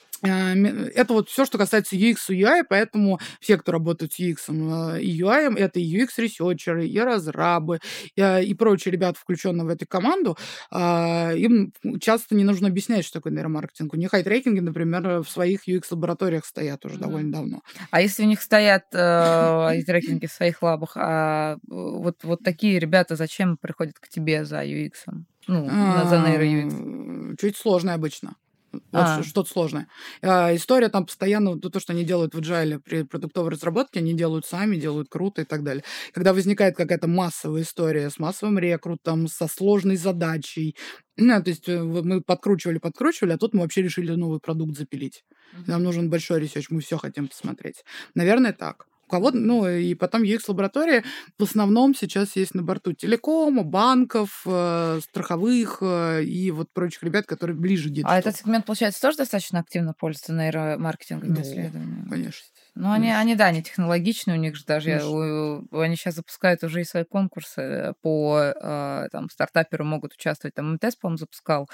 Это вот все, что касается ю экс и ю ай, поэтому все, кто работают с ю экс и ю ай, это и ю экс-ресерчеры, и разрабы, и прочие ребята, включенные в эту команду, им часто не нужно объяснять, что такое нейромаркетинг. У них ай-трекинги, например, в своих ю экс-лабораториях стоят уже mm-hmm. довольно давно. А если у них стоят э, ай-трекинги в своих лабах, а вот, вот такие ребята зачем приходят к тебе за ю экс? Ну, за нейро-ю экс? Чуть сложно обычно. Вот а. что-то сложное. А, история там постоянно, то, что они делают в Agile при продуктовой разработке, они делают сами, делают круто и так далее. Когда возникает какая-то массовая история с массовым рекрутом, со сложной задачей, ну, то есть мы подкручивали, подкручивали, а тут мы вообще решили новый продукт запилить. Mm-hmm. Нам нужен большой ресерч, мы все хотим посмотреть. Наверное, так. Кого, ну, и потом ю экс-лаборатории в основном сейчас есть на борту телекома, банков, э, страховых э, и вот прочих ребят, которые ближе к диджиталу. А этот сегмент, получается, тоже достаточно активно пользуется нейромаркетинговыми ну, исследованиями? Конечно. Ну, они, они, да, они технологичные, у них же даже, я, у, они сейчас запускают уже и свои конкурсы по, э, там, стартаперу могут участвовать, там, эм тэ эс, по-моему, запускал,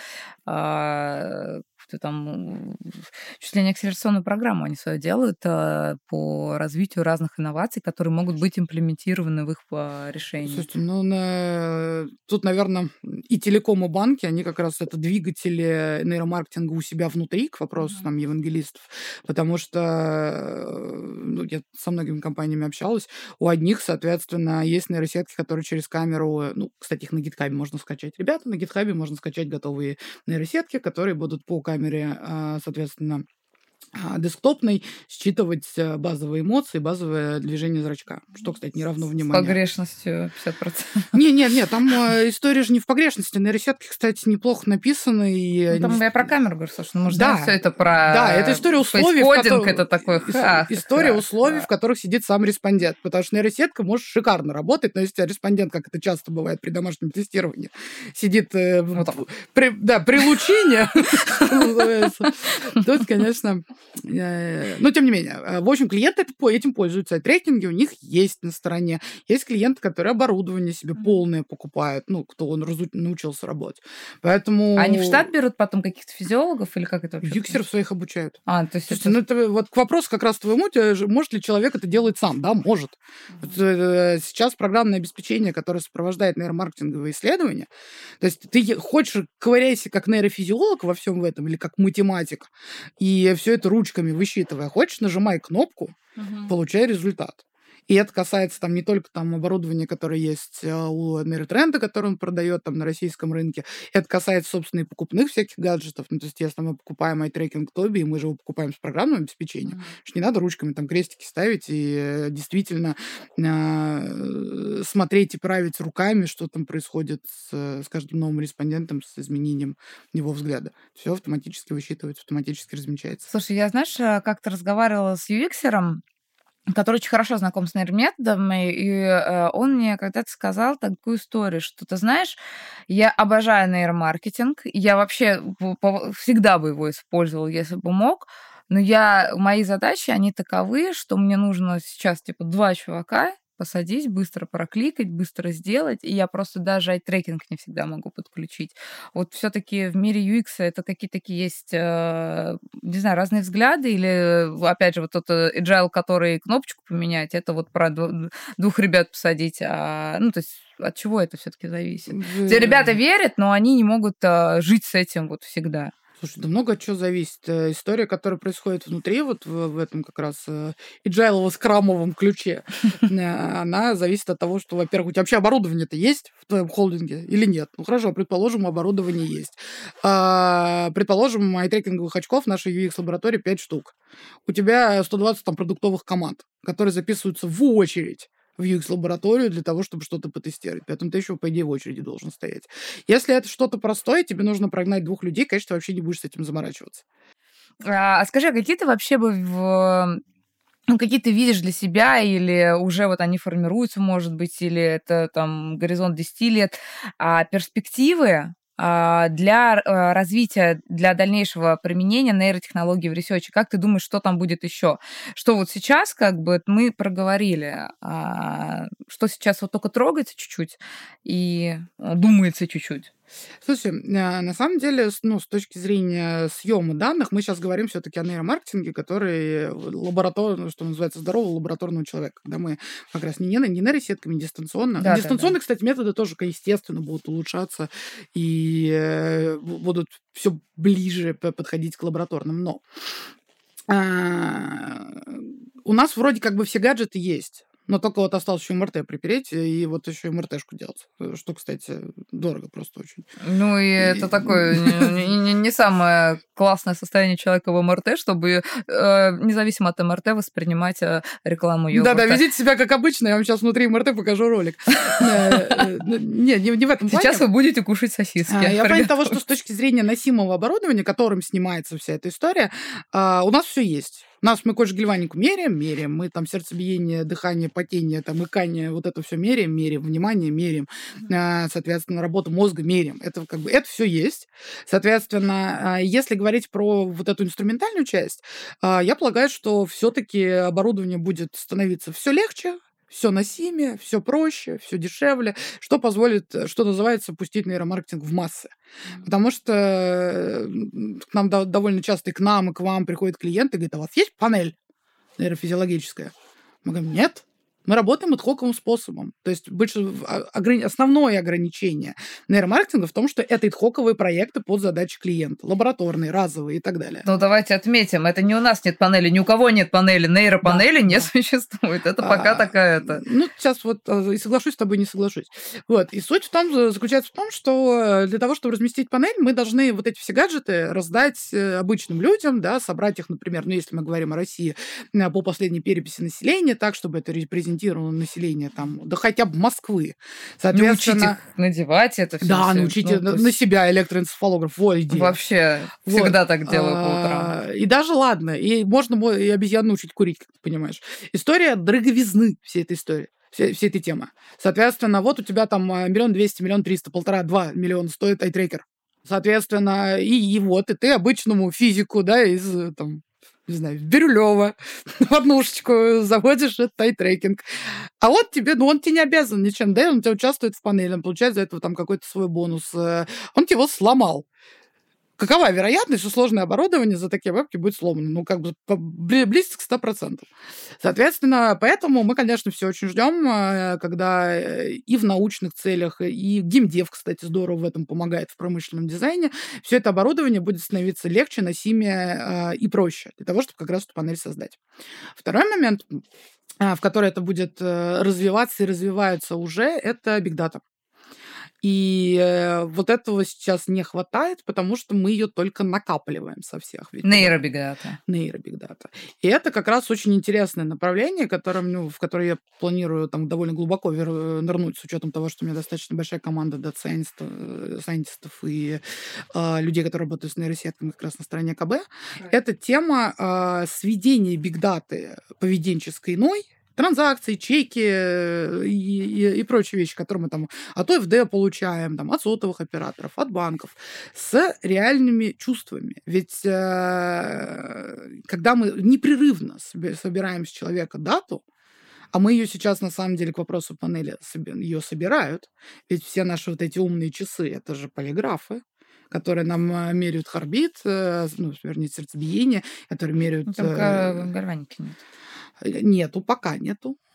э, кто там, чуть ли не акселерационную программу они свою делают э, по развитию разных инноваций, которые могут быть имплементированы в их э, решении. Слушайте, ну, на... тут, наверное, и телеком, и банки, они как раз это двигатели нейромаркетинга у себя внутри, к вопросу mm-hmm. там евангелистов, потому что ну, я со многими компаниями общалась, у одних, соответственно, есть нейросетки, которые через камеру, ну, кстати, их на GitHub можно скачать. Ребята, на GitHub можно скачать готовые нейросетки, которые будут по камере, соответственно, десктопной считывать базовые эмоции, базовое движение зрачка, что, кстати, не равно вниманию. С погрешностью пятьдесят процентов. Не, не, не, там история же не в погрешности. Нейросетки, кстати, неплохо написаны. И... Ну, там не... я про камеру говорю, слушай, ну, может, да, все это про... Да, это история условий, в которых... это такой... Ха, история ха, условий, ха. в которых сидит сам респондент, потому что нейросетка может шикарно работать, но если респондент, как это часто бывает при домашнем тестировании, сидит э, вот при, да, при лучине, то, конечно... Но, тем не менее, в общем, клиенты этим пользуются. Трекинги у них есть на стороне. Есть клиенты, которые оборудование себе полное покупают, ну, кто он разу... научился работать. Поэтому... А они в штат берут потом каких-то физиологов или как это вообще? Юксеров своих обучают. А, то есть Слушайте, это... ну, это вот к вопросу как раз твоему, может ли человек это делать сам? Да, может. Mm-hmm. Сейчас программное обеспечение, которое сопровождает нейромаркетинговые исследования, то есть ты хочешь ковыряйся как нейрофизиолог во всем в этом или как математик, и все это ручками высчитывая. Хочешь, нажимай кнопку, uh-huh. получай результат. И это касается там не только там оборудования, которое есть у нейротренда, которое он продает там на российском рынке. Это касается, собственно, и покупных всяких гаджетов. Ну, то есть, если мы покупаем ай-трекинг Тоби, и мы же его покупаем с программным обеспечением, mm-hmm. что не надо ручками там крестики ставить и действительно э, смотреть и править руками, что там происходит с, с каждым новым респондентом, с изменением его взгляда. Все автоматически высчитывается, автоматически размечается. Слушай, я, знаешь, как-то разговаривала с ю эксером, который очень хорошо знаком с нейрометодами, и э, он мне когда-то сказал такую историю, что, ты знаешь, я обожаю нейромаркетинг, я вообще всегда бы его использовала, если бы мог, но я, мои задачи, они таковы, что мне нужно сейчас, типа, два чувака посадить, быстро прокликать, быстро сделать, и я просто даже ай-трекинг не всегда могу подключить. Вот все-таки в мире ю экс это какие-то такие есть, э, не знаю, разные взгляды, или, опять же, вот тот agile, который кнопочку поменять, это вот про двух ребят посадить, а, ну, то есть от чего это все-таки зависит? Где ребята верят, но они не могут а, жить с этим вот всегда. Слушай, да много от чего зависит. История, которая происходит внутри, вот в, в этом как раз agile-скрамовом ключе, она зависит от того, что, во-первых, у тебя вообще оборудование-то есть в твоем холдинге или нет? Ну, хорошо, предположим, оборудование есть. А, предположим, айтрекинговых очков в нашей ю экс-лаборатории пять штук. У тебя сто двадцать там продуктовых команд, которые записываются в очередь в ю экс-лабораторию для того, чтобы что-то потестировать. Поэтому ты еще, по идее, в очереди должен стоять. Если это что-то простое, тебе нужно прогнать двух людей, конечно, ты вообще не будешь с этим заморачиваться. А скажи, а какие ты вообще бы в... Ну, какие ты видишь для себя, или уже вот они формируются, может быть, или это там горизонт десять лет, а перспективы для развития, для дальнейшего применения нейротехнологий в ресерче? Как ты думаешь, что там будет еще? Что вот сейчас как бы мы проговорили, что сейчас вот только трогается чуть-чуть и думается чуть-чуть? Слушай, на самом деле, ну, с точки зрения съема данных, мы сейчас говорим все-таки о нейромаркетинге, который лабораторный, что называется, здорового лабораторного человека, когда мы как раз не, не нейросетками, не дистанционно. Да, дистанционные, да, да. Кстати, методы тоже, естественно, будут улучшаться и будут все ближе подходить к лабораторным. Но у нас вроде как бы все гаджеты есть. Но только вот осталось еще эм эр тэ припереть и вот еще эм эр тэ-шку делать. Что, кстати, дорого просто очень. Ну, и, и... это такое не, не, не самое классное состояние человека в эм эр тэ, чтобы э, независимо от эм эр тэ воспринимать э, рекламу йогурта. Да-да, ведите себя как обычно. Я вам сейчас внутри эм эр тэ покажу ролик. Не, не в этом плане. Сейчас вы будете кушать сосиски. Я в плане того, что с точки зрения носимого оборудования, которым снимается вся эта история, у нас все есть. У нас мы кожу-гальванику меряем, меряем, мы там сердцебиение, дыхание, потение, там, икание, вот это все меряем, меряем, внимание меряем, соответственно, работу мозга меряем. Это как бы, это все есть. Соответственно, если говорить про вот эту инструментальную часть, я полагаю, что все-таки оборудование будет становиться все легче, все носимее, все проще, все дешевле, что позволит, что называется, пустить нейромаркетинг в массы. Mm-hmm. Потому что к нам довольно часто и к нам, и к вам приходят клиенты и говорят: а у вас есть панель нейрофизиологическая? Мы говорим: нет. Мы работаем ad-hoc способом. То есть больше основное ограничение нейромаркетинга в том, что это ad-hoc проекты под задачи клиента, лабораторные, разовые и так далее. Ну, давайте отметим, это не у нас нет панели, ни у кого нет панели, нейропанели да, не да. существует. Это а, пока такая-то. Ну, сейчас вот и соглашусь с тобой, не соглашусь. Вот. И суть в том, заключается в том, что для того, чтобы разместить панель, мы должны вот эти все гаджеты раздать обычным людям, да, собрать их, например, ну, если мы говорим о России, по последней переписи населения, так, чтобы это репрезентировало население там, да хотя бы Москвы. Соответственно... Научить их надевать это все. Да, научите ну, на есть... себя электроэнцефалограф. Во, идея. Вообще, вот. Всегда так делаю по утрам. А, и даже ладно, и можно и обезьян научить курить, как ты понимаешь. История дороговизны всей этой истории. Всей, всей этой темы. Соответственно, вот у тебя там миллион двести, миллион триста, полтора, два миллиона стоит айтрекер. Соответственно, и, и вот, и ты обычному физику, да, из там, не знаю, Бирюлёва в однушечку заводишь этот ай-трекинг. А вот тебе, ну, он тебе не обязан ничем, да, он у тебя участвует в панели, он получает за это там какой-то свой бонус. Он тебе его сломал. Какова вероятность, что сложное оборудование за такие бабки будет сломано? Ну, как бы близко к ста процентам. Соответственно, поэтому мы, конечно, все очень ждем, когда и в научных целях, и геймдев, кстати, здорово в этом помогает в промышленном дизайне, все это оборудование будет становиться легче, носимее и проще для того, чтобы как раз эту панель создать. Второй момент, в который это будет развиваться и развивается уже, это Big Data. И э, вот этого сейчас не хватает, потому что мы ее только накапливаем со всех. Нейробигдата. Нейробигдата. И это как раз очень интересное направление, которым, ну, в которое я планирую там довольно глубоко вер- нырнуть, с учетом того, что у меня достаточно большая команда дата-сайентистов и э, людей, которые работают с нейросетками как раз на стороне ка бэ. Right. Это тема э, сведения бигдаты поведенческой иной, транзакции, чеки и, и, и прочие вещи, которые мы там от о эф дэ получаем, там, от сотовых операторов, от банков, с реальными чувствами. Ведь э, когда мы непрерывно собираем с человека дату, а мы ее сейчас, на самом деле, к вопросу панели, ее собирают, ведь все наши вот эти умные часы, это же полиграфы, которые нам меряют харбит, ну, вернее, сердцебиение, которые меряют... Ну, там гальваники нет. Нету, пока нету.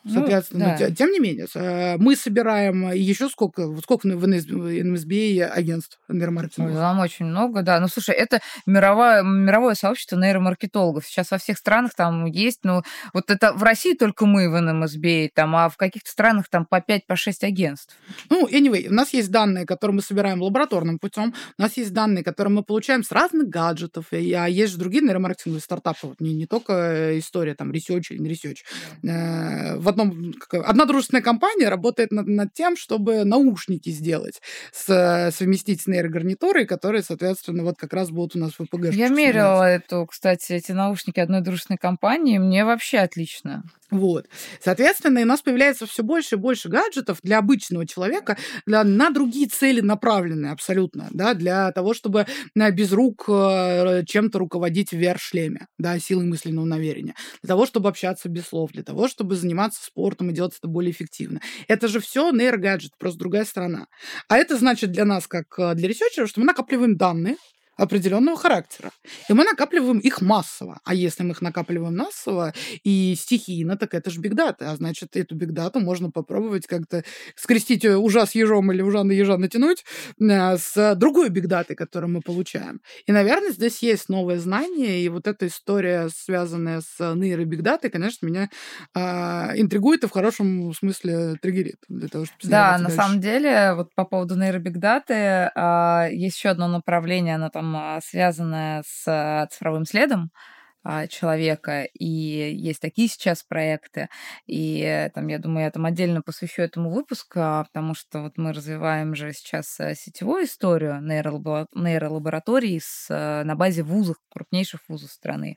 Соответственно, ну, да. тем не менее, мы собираем еще сколько, вот сколько в эн эс би эй агентств нейромаркетинговых? Там очень много, да. Ну, слушай, это мировое, мировое сообщество нейромаркетологов. Сейчас во всех странах там есть, ну, вот это в России только мы в эн эс би эй, там, а в каких-то странах там по пять, по шесть агентств. Ну, anyway, у нас есть данные, которые мы собираем лабораторным путем, у нас есть данные, которые мы получаем с разных гаджетов, и, а есть же другие нейромаркетинговые стартапы, вот не, не только история там research или не research. Yeah. В одном, одна дружественная компания работает над, над тем, чтобы наушники сделать, с, совместить с нейрогарнитурой, которые, соответственно, вот как раз будут у нас в вэ пэ гэ. Я мерила эту, кстати, эти наушники одной дружественной компании, мне вообще отлично. Вот. Соответственно, у нас появляется все больше и больше гаджетов для обычного человека, для, на другие цели направленные абсолютно, да, для того, чтобы без рук чем-то руководить в ви ар-шлеме, да, силой мысленного намерения, для того, чтобы общаться без слов, для того, чтобы заниматься спортом и делать это более эффективно. Это же все нейрогаджет, просто другая сторона. А это значит для нас, как для ресерчеров, что мы накапливаем данные определенного характера. И мы накапливаем их массово. А если мы их накапливаем массово и стихийно, так это же бигдата. А значит, эту бигдату можно попробовать как-то скрестить ужа с ежом или ужа на ежа натянуть с другой бигдатой, которую мы получаем. И, наверное, здесь есть новое знание, и вот эта история, связанная с нейробигдатой, конечно, меня а, интригует и в хорошем смысле триггерит. Для того, чтобы да, на дальше. самом деле, вот по поводу нейробигдаты а, есть еще одно направление, оно там связанная с цифровым следом человека, и есть такие сейчас проекты, и там, я думаю, я там отдельно посвящу этому выпуск, потому что вот мы развиваем же сейчас сетевую историю нейролабораторий с, на базе вузов, крупнейших вузов страны,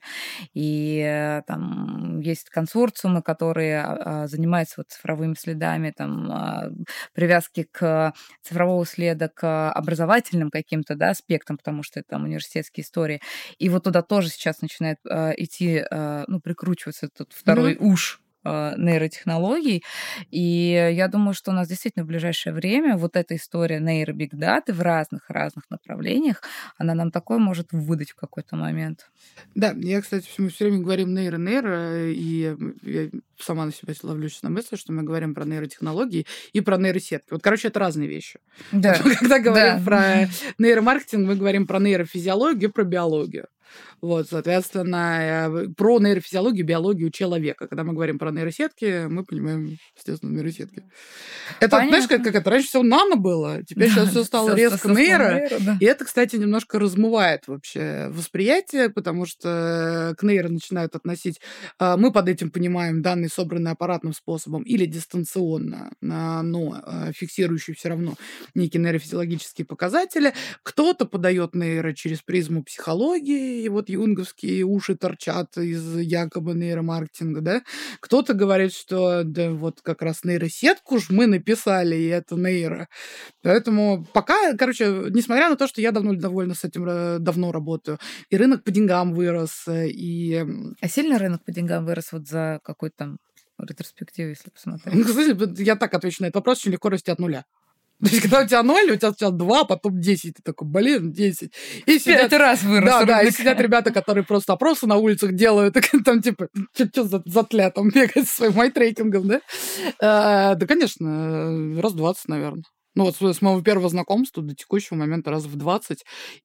и там есть консорциумы, которые занимаются вот цифровыми следами, там привязки к цифрового следа к образовательным каким-то, да, аспектам, потому что это там университетские истории, и вот туда тоже сейчас начинает идти, ну, прикручиваться этот второй mm-hmm. уж нейротехнологий. И я думаю, что у нас действительно в ближайшее время вот эта история нейробигдаты в разных-разных направлениях, она нам такое может выдать в какой-то момент. Да, я, кстати, мы все время говорим нейро-нейро, и я сама на себя ловлю сейчас на мысли, что мы говорим про нейротехнологии и про нейросетки. Вот, короче, это разные вещи. Да. Когда говорим да. про нейромаркетинг, мы говорим про нейрофизиологию, про биологию. Вот, соответственно, про нейрофизиологию, биологию человека. Когда мы говорим про нейросетки, мы понимаем, естественно, нейросетки. Это, Понятно. Знаешь, как, как это? Раньше все нано было, теперь да, сейчас все стало резко нейро. нейро да. И это, кстати, немножко размывает вообще восприятие, потому что к нейро начинают относить... Мы под этим понимаем данные, собранные аппаратным способом или дистанционно, но фиксирующие все равно некие нейрофизиологические показатели. Кто-то подает нейро через призму психологии, и вот юнговские уши торчат из якобы нейромаркетинга, да? Кто-то говорит, что да вот как раз нейросетку ж мы написали, и это нейро. Поэтому пока, короче, несмотря на то, что я давно довольно с этим давно работаю, и рынок по деньгам вырос, и... А сильно рынок по деньгам вырос вот за какой-то там ретроспективу, если посмотреть? Ну, кстати, я так отвечу на этот вопрос, очень легко расти от нуля. То есть, когда у тебя ноль, у тебя сначала два, потом десять. Ты такой, блин, десять. И сидят... Пять раз вырос. Да, да, и сидят ребята, которые просто опросы на улицах делают, и там, типа, что за, за тля там бегать со своим майтрейкингом, да? А, да, конечно, раз двадцать, наверное. Ну, вот с моего первого знакомства до текущего момента раз в двадцать.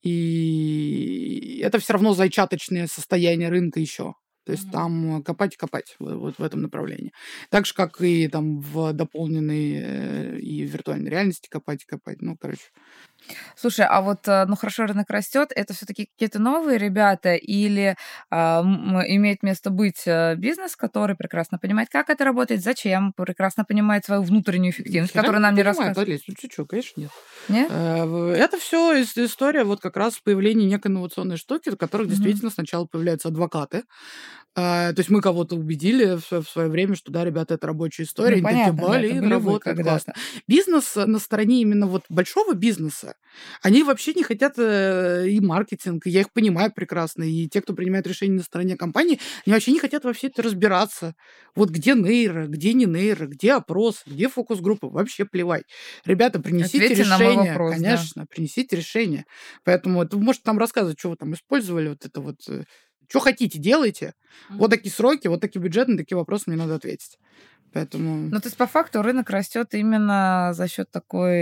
И это все равно зачаточное состояние рынка еще. То есть mm-hmm. там копать-копать вот в этом направлении. Так же, как и там в дополненной и виртуальной реальности копать-копать. Ну, короче. Слушай, а вот, ну хорошо, рынок растет, это все-таки какие-то новые ребята или а, имеет место быть бизнес, который прекрасно понимает, как это работает, зачем, прекрасно понимает свою внутреннюю эффективность, которую нам не рассказывают? Ну, что, конечно, нет. Нет? Это все история вот как раз появления некой инновационной штуки, в которых mm-hmm. действительно сначала появляются адвокаты. То есть мы кого-то убедили в свое время, что да, ребята, это рабочая история. Ну, понятно, такие, блин, работает классно. Бизнес на стороне именно вот большого бизнеса, они вообще не хотят и маркетинг, и я их понимаю прекрасно, и те, кто принимает решения на стороне компании, они вообще не хотят во все это разбираться. Вот где нейро, где не нейро, где опрос, где фокус-группа, вообще плевать. Ребята, принесите Ответьте решение. Вопрос, конечно, да. принесите решение. Поэтому вы можете там рассказывать, что вы там использовали, вот это вот... Что хотите, делайте. Mm-hmm. Вот такие сроки, вот такие бюджеты, на такие вопросы мне надо ответить. Поэтому... Ну, то есть, по факту, рынок растет именно за счет такой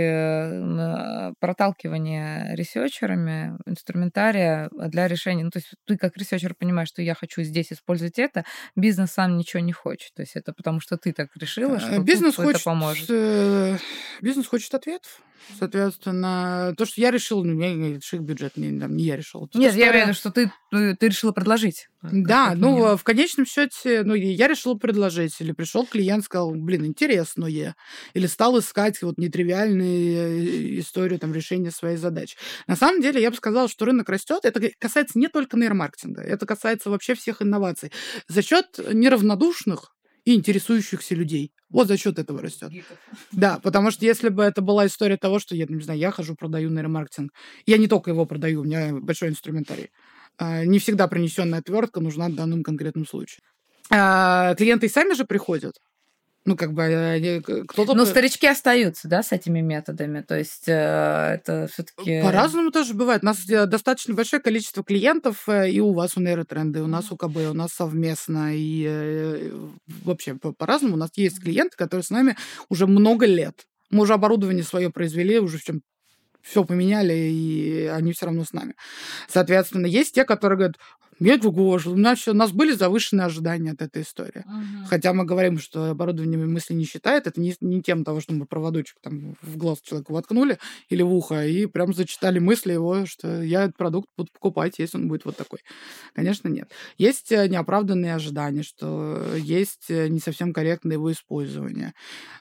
э, проталкивания ресерчерами инструментария для решения. Ну, то есть, ты как ресерчер понимаешь, что я хочу здесь использовать это, бизнес сам ничего не хочет. То есть, это потому что ты так решила, что бизнес тут хочет, это поможет. Бизнес хочет ответов. Соответственно, то, что я решил, ну, я решил бюджет, не, там, не я решил. Это Нет, то, я что имею в виду, что ты, ты решила предложить. Да, как ну, минимум. в конечном счете, ну, я решила предложить. Или пришел клиент, сказал, блин, интересное. Или стал искать вот нетривиальные истории там, решения своей задачи. На самом деле, я бы сказала, что рынок растет. Это касается не только нейромаркетинга, это касается вообще всех инноваций. За счет неравнодушных и интересующихся людей. Вот за счет этого растет. Да, потому что если бы это была история того, что я, не знаю, я хожу, продаю нейромаркетинг, я не только его продаю, у меня большой инструментарий. Не всегда принесенная отвертка нужна в данном конкретном случае. А клиенты и сами же приходят. Ну, как бы кто-то... Но старички остаются, да, с этими методами? То есть э, это все-таки... По-разному тоже бывает. У нас достаточно большое количество клиентов и у вас, у нейротренда, и у нас у КБ, у нас совместно. И э, вообще по-разному. У нас есть клиенты, которые с нами уже много лет. Мы уже оборудование свое произвели, уже в чем все поменяли, и они все равно с нами. Соответственно, есть те, которые говорят, нет, Гош, у нас, у нас были завышенные ожидания от этой истории. Uh-huh. Хотя мы говорим, что оборудование мысли не считает, это не, не тем того, что мы проводочек там в глаз человеку воткнули или в ухо, и прям зачитали мысли его, что я этот продукт буду покупать, если он будет вот такой. Конечно, нет. Есть неоправданные ожидания, что есть не совсем корректное его использование.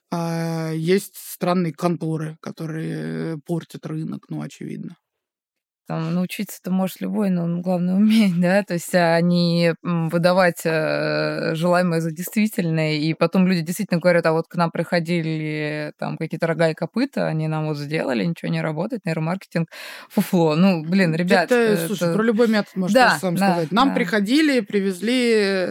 Есть странные конторы, которые портят рынок, ну, очевидно. Там научиться ты можешь любой, но главное уметь, да, то есть а не выдавать э, желаемое за действительное, и потом люди действительно говорят, а вот к нам приходили там какие-то рога и копыта, они нам вот сделали, ничего не работает, нейромаркетинг, фуфло. Ну, блин, ребят... Это, это... слушай, про любой метод можно да, сам да, сказать. Нам да. приходили, привезли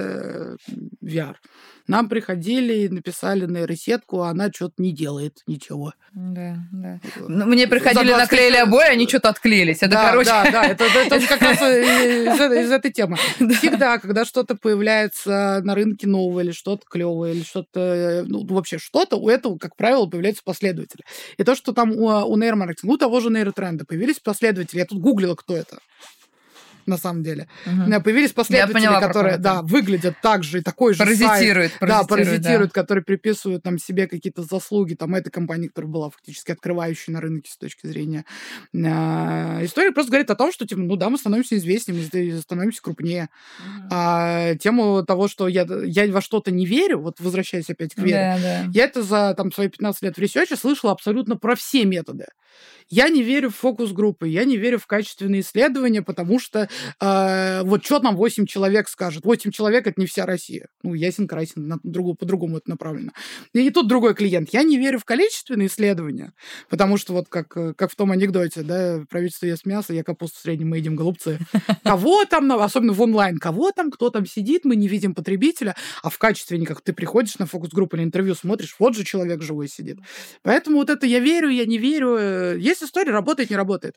ви ар. Нам приходили и написали нейросетку, а она что-то не делает ничего. Да, да. Ну, мне приходили, наклеили обои, они что-то отклеились. Это, да, короче... Да, да, это, это, это как раз из, из этой темы. Всегда, когда что-то появляется на рынке новое, или что-то клевое, или что-то, ну, вообще что-то, у этого, как правило, появляются последователи. И то, что там у, у нейромаркетинга, у того же нейротренда появились последователи, я тут гуглила, кто это. На самом деле. Угу. Появились последователи, поняла, которые да, выглядят так же, и такой же паразитируют, сайт. паразитируют, да, паразитируют, да. которые приписывают там, себе какие-то заслуги там, этой компании, которая была фактически открывающей на рынке с точки зрения э, истории. Просто говорит о том, что типа, ну да, мы становимся известнее, мы становимся крупнее. Угу. А тему того, что я, я во что-то не верю, вот возвращаясь опять к вере, да, да. я это за там, свои пятнадцать лет в ресерче слышала абсолютно про все методы. Я не верю в фокус-группы, я не верю в качественные исследования, потому что э, вот что там восемь человек скажет. восемь человек – это не вся Россия. Ну, ясен красен, на другу, по-другому это направлено. И тут другой клиент. Я не верю в количественные исследования, потому что вот как, как в том анекдоте, да, правительство ест мясо, я капусту в среднем, мы едим голубцы. Кого там, особенно в онлайн, кого там, кто там сидит, мы не видим потребителя, а в качественниках ты приходишь на фокус-группу или интервью, смотришь, вот же человек живой сидит. Поэтому вот это я верю, я не верю. Есть история, работает, не работает.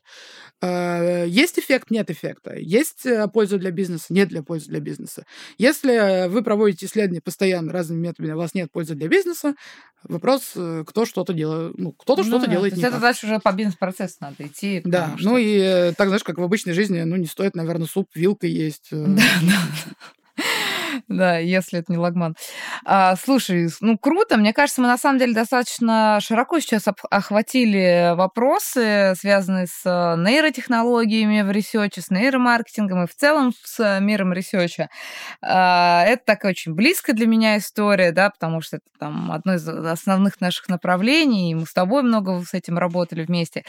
Есть эффект, нет эффекта. Есть польза для бизнеса, нет для пользы для бизнеса. Если вы проводите исследования постоянно разными методами, у вас нет пользы для бизнеса, вопрос, кто что-то делает. Ну, кто-то ну, что-то да, делает то не это так. дальше уже по бизнес-процессу надо идти. Да, что... ну и так, знаешь, как в обычной жизни, ну, не стоит, наверное, суп вилкой есть. Да, да. Да, если это не лагман. А, слушай, ну круто. Мне кажется, мы на самом деле достаточно широко сейчас охватили вопросы, связанные с нейротехнологиями в ресерче, с нейромаркетингом и в целом с миром ресерча. А, это такая очень близкая для меня история, да, потому что это там одно из основных наших направлений, и мы с тобой много с этим работали вместе.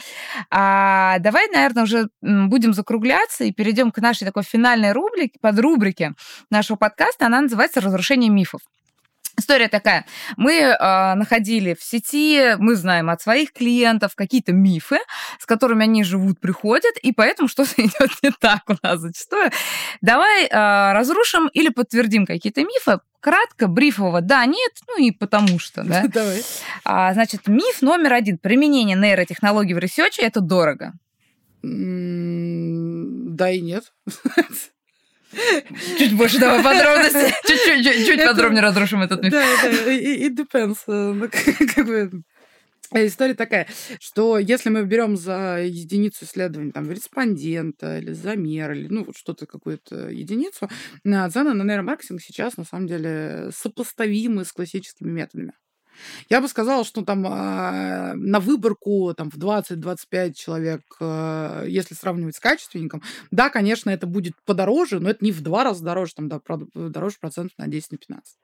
А, давай, наверное, уже будем закругляться и перейдем к нашей такой финальной рубрике, подрубрике нашего подкаста. Она называется «Разрушение мифов». История такая. Мы э, находили в сети, мы знаем от своих клиентов какие-то мифы, с которыми они живут, приходят, и поэтому что-то идет не так у нас зачастую. Давай э, разрушим или подтвердим какие-то мифы. Кратко, брифово, да, нет, ну и потому что, да. Давай. А, значит, миф номер один. Применение нейротехнологий в ресерче – это дорого. Да и нет. Чуть больше давай подробностей. Чуть-чуть подробнее разрушим этот миф. Да, да, it depends. Как бы... История такая, что если мы берем за единицу исследований там, респондента или замер, или ну, вот что-то, какую-то единицу, цены на нейромаркетинг сейчас на самом деле сопоставимы с классическими методами. Я бы сказала, что там э, на выборку там, в двадцать-двадцать пять человек, э, если сравнивать с качественником, да, конечно, это будет подороже, но это не в два раза дороже, там, да, дороже процентов на десять-пятнадцать.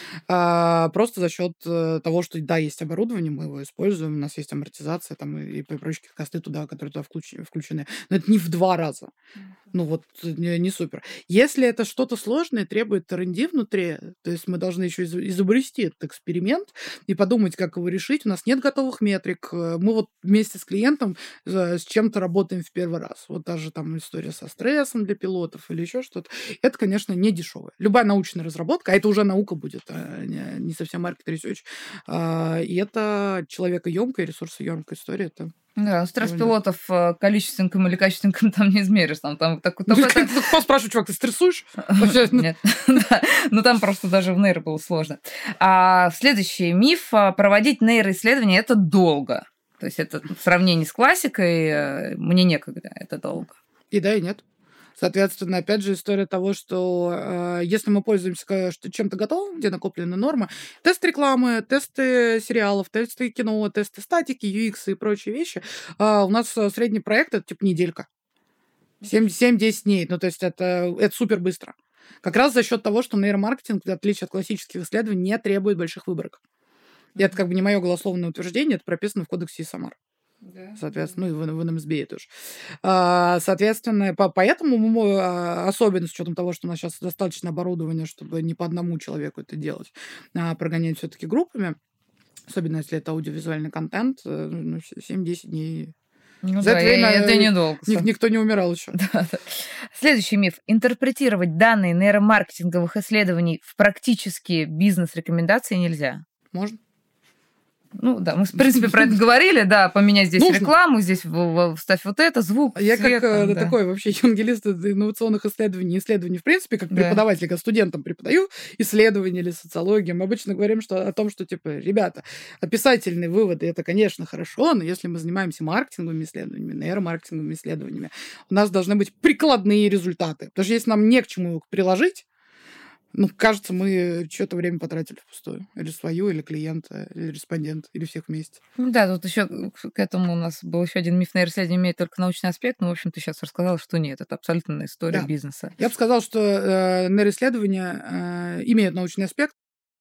А, просто за счет того, что, да, есть оборудование, мы его используем, у нас есть амортизация там, и, и прочие косты туда, которые туда включены, включены. Но это не в два раза. Ну вот не, не супер. Если это что-то сложное, требует эр энд ди внутри, то есть мы должны еще изобрести этот эксперимент и подумать, как его решить. У нас нет готовых метрик. Мы вот вместе с клиентом с чем-то работаем в первый раз. Вот даже там история со стрессом для пилотов или еще что-то. Это, конечно, не дешевое. Любая научная разработка, а это уже наука будет, а не совсем market research. И это человекоемкая, ресурсоемкая история. Это да, стресс пилотов количественным или качественным там не измеришь. Там, там, так, ну, так, так, кто спрашивает, чувак, ты стрессуешь? Нет, ну там просто даже в нейро было сложно. А следующий миф. Проводить нейроисследования – это долго. То есть это в сравнении с классикой мне некогда, это долго. И да, и нет. Соответственно, опять же, история того, что э, если мы пользуемся чем-то готовым, где накоплены нормы, тест рекламы, тесты сериалов, тесты кино, тесты статики, ю экс и прочие вещи, э, у нас средний проект – это типа неделька. семь-десять дней. Ну, то есть это, это супер быстро. Как раз за счет того, что нейромаркетинг, в отличие от классических исследований, не требует больших выборок. И это как бы не мое голословное утверждение, это прописано в кодексе ИСАМАР. Да. Соответственно, ну и в, в эн эм эс би эй тоже. А, соответственно, по, поэтому мы, особенно с учетом того, что у нас сейчас достаточно оборудования, чтобы не по одному человеку это делать, а прогонять все-таки группами, особенно если это аудиовизуальный контент, ну, семь-десять дней. Ну За да, это время это недолго. Ник- никто не умирал еще. Да, да. Следующий миф. Интерпретировать данные нейромаркетинговых исследований в практические бизнес-рекомендации нельзя. Можно. Ну да, мы, в принципе, про это говорили, да, поменять здесь Нужно. рекламу, здесь вставь вот это, звук, Я цвет, как там, да. да. такой вообще евангелист инновационных исследований, исследований, в принципе, как да. преподаватель, как студентам преподаю исследования или социологию, мы обычно говорим что, о том, что, типа, ребята, описательные выводы, это, конечно, хорошо, но если мы занимаемся маркетинговыми исследованиями, нейромаркетинговыми исследованиями, у нас должны быть прикладные результаты, потому что если нам не к чему их приложить, ну, кажется, мы что-то время потратили впустую. Или свою, или клиента, или респондента, или всех вместе. Ну да, тут еще к этому у нас был еще один миф. Нейроисследование имеет только научный аспект, но, в общем, ты сейчас рассказала, что нет. Это абсолютная история да. бизнеса. Я бы сказала, что э, нейроисследования э, имеют научный аспект,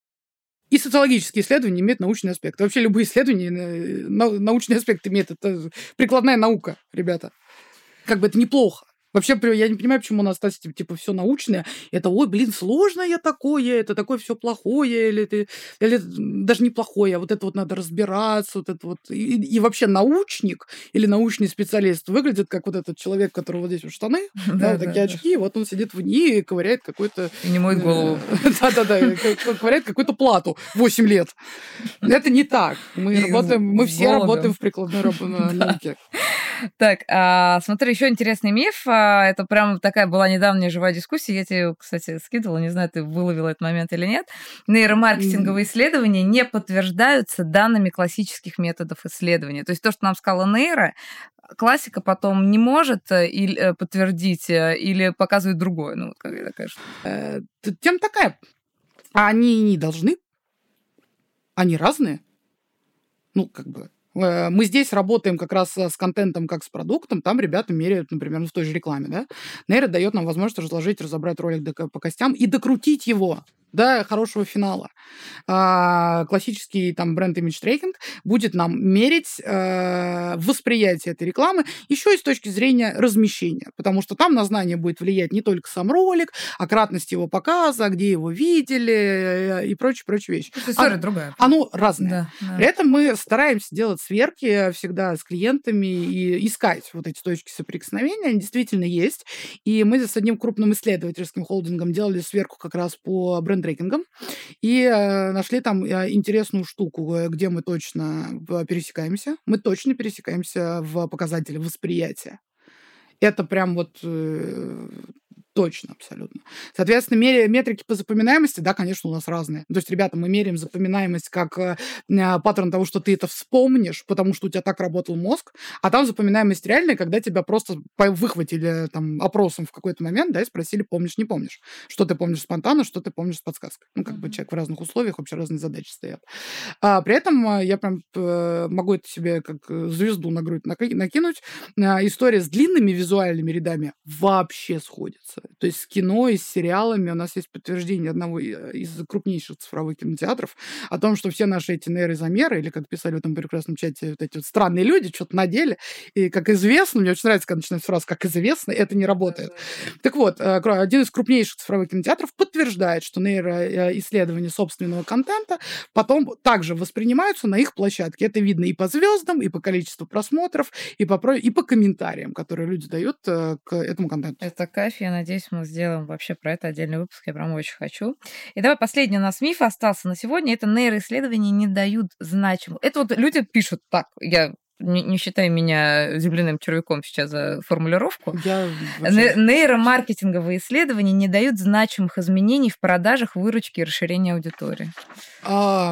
и социологические исследования имеют научный аспект. Вообще любые исследования, на, научный аспект имеют. Это прикладная наука, ребята. Как бы это неплохо. Вообще, я не понимаю, почему у нас типа все научное. Это, ой, блин, сложное такое, это такое все плохое, или, это, или даже не плохое, а вот это вот надо разбираться, вот это вот. И, и вообще научник или научный специалист выглядит как вот этот человек, у которого вот здесь вот штаны, да, да, вот такие да, очки, да. Вот он сидит в ней и ковыряет какой-то... И не моет голову. Да-да-да, ковыряет какую-то плату восемь лет. Это не так. Мы работаем, мы все работаем в прикладной науке. Так, а, смотри, еще интересный миф. А, это прям такая была недавняя живая дискуссия. Я тебе, кстати, скидывала, не знаю, ты выловила этот момент или нет. Нейромаркетинговые mm. исследования не подтверждаются данными классических методов исследования. То есть то, что нам сказала нейро, классика потом не может или, подтвердить или показывает другое. Ну, вот какая такая штука. Тема такая. А они не должны. Они разные. Ну, как бы... Мы здесь работаем как раз с контентом, как с продуктом. Там ребята меряют, например, в той же рекламе, да? Нейро дает нам возможность разложить, разобрать ролик по костям и докрутить его до хорошего финала. А, классический там бренд-имидж трекинг будет нам мерить а, восприятие этой рекламы еще и с точки зрения размещения, потому что там на знание будет влиять не только сам ролик, а кратность его показа, где его видели и прочие-прочие вещи. История оно, другая. Оно разное. Да, да. При этом мы стараемся делать сверки всегда с клиентами и искать вот эти точки соприкосновения. Они действительно есть. И мы с одним крупным исследовательским холдингом делали сверку как раз по бренд трекингом и э, нашли там э, интересную штуку, где мы точно пересекаемся. Мы точно пересекаемся в показателе восприятия. Это прям вот э, Точно, абсолютно. Соответственно, меря, метрики по запоминаемости, да, конечно, у нас разные. То есть, ребята, мы меряем запоминаемость как э, паттерн того, что ты это вспомнишь, потому что у тебя так работал мозг, а там запоминаемость реальная, когда тебя просто выхватили там опросом в какой-то момент, да, и спросили, помнишь, не помнишь. Что ты помнишь спонтанно, что ты помнишь с подсказкой. Ну, как mm-hmm. бы человек в разных условиях, вообще разные задачи стоят. А, при этом я прям э, могу это себе как звезду на грудь накинуть. А, история с длинными визуальными рядами вообще сходится. То есть с кино и с сериалами у нас есть подтверждение одного из крупнейших цифровых кинотеатров о том, что все наши эти нейрозамеры, или, как писали в этом прекрасном чате, вот эти вот странные люди, что-то надели. И, как известно, мне очень нравится, когда начинается фраза «как известно», это не работает. Так вот, один из крупнейших цифровых кинотеатров подтверждает, что нейроисследования собственного контента потом также воспринимаются на их площадке. Это видно и по звездам, и по количеству просмотров, и по, и по комментариям, которые люди дают к этому контенту. Это кайф, я надеюсь, мы сделаем вообще про это отдельный выпуск, я прям очень хочу. И давай последний у нас миф остался на сегодня, это нейроисследования не дают значимого. Это вот люди пишут так, я не, не считай меня земляным червяком сейчас за формулировку. Я вообще... Нейромаркетинговые исследования не дают значимых изменений в продажах, выручке и расширении аудитории. А...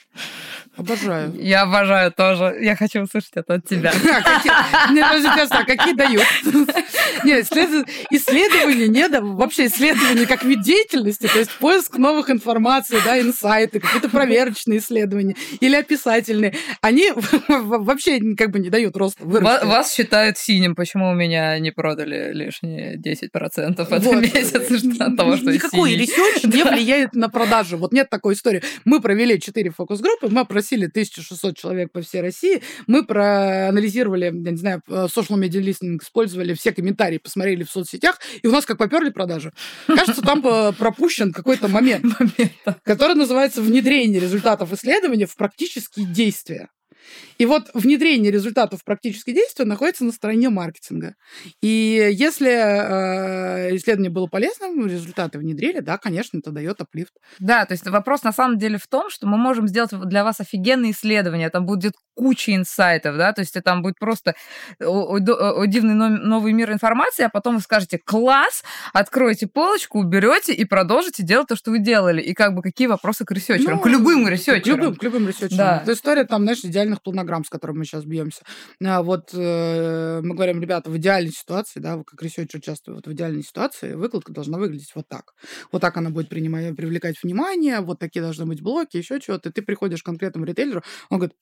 Обожаю. Я обожаю тоже. Я хочу услышать это от тебя. Нет, подожди, какие дают? Нет, исследования не дают. Вообще исследования как вид деятельности, то есть поиск новых информаций, да, инсайты, какие-то проверочные исследования или описательные, они вообще как бы не дают роста выручки. Вас считают синим, почему у меня не продали лишние десять процентов в этом месяце от того, что никакой ресерч не влияет на продажу. Вот нет такой истории. Мы провели четыре фокус-группы, мы опросили тысячу шестьсот человек по всей России, мы проанализировали, я не знаю, social media listening, использовали все комментарии, посмотрели в соцсетях, и у нас как поперли продажи. Кажется, там пропущен какой-то момент, который называется внедрение результатов исследования в практические действия. И вот внедрение результатов в практические действия находится на стороне маркетинга. И если э, исследование было полезным, результаты внедрили, да, конечно, это дает аплифт. Да, то есть вопрос на самом деле в том, что мы можем сделать для вас офигенные исследования, там будет куча инсайтов, да, то есть там будет просто о, о, о, дивный новый мир информации, а потом вы скажете «класс», откроете полочку, уберете и продолжите делать то, что вы делали. И как бы какие вопросы к ресерчерам? Ну, к любым ресерчерам. К любым, к любым ресерчерам. Да. Это история, там, знаешь, идеальных планограмм, с которыми мы сейчас бьемся. А вот э, мы говорим, ребята, в идеальной ситуации, да, вы как ресерчер часто вот в идеальной ситуации выкладка должна выглядеть вот так. Вот так она будет принимать, привлекать внимание, вот такие должны быть блоки, еще чего-то. И ты приходишь к конкретному ритейлеру, он говорит,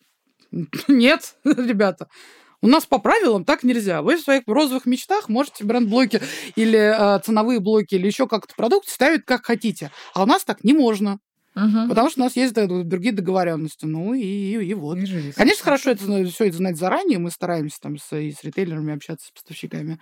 нет, ребята, у нас по правилам так нельзя. Вы в своих розовых мечтах можете бренд-блоки или э, ценовые блоки или еще как-то продукты ставить как хотите. А у нас так не можно. Угу. Потому что у нас есть другие договоренности. Ну и, и, и вот. И Конечно, хорошо это все это знать заранее. Мы стараемся там с, и с ритейлерами общаться, с поставщиками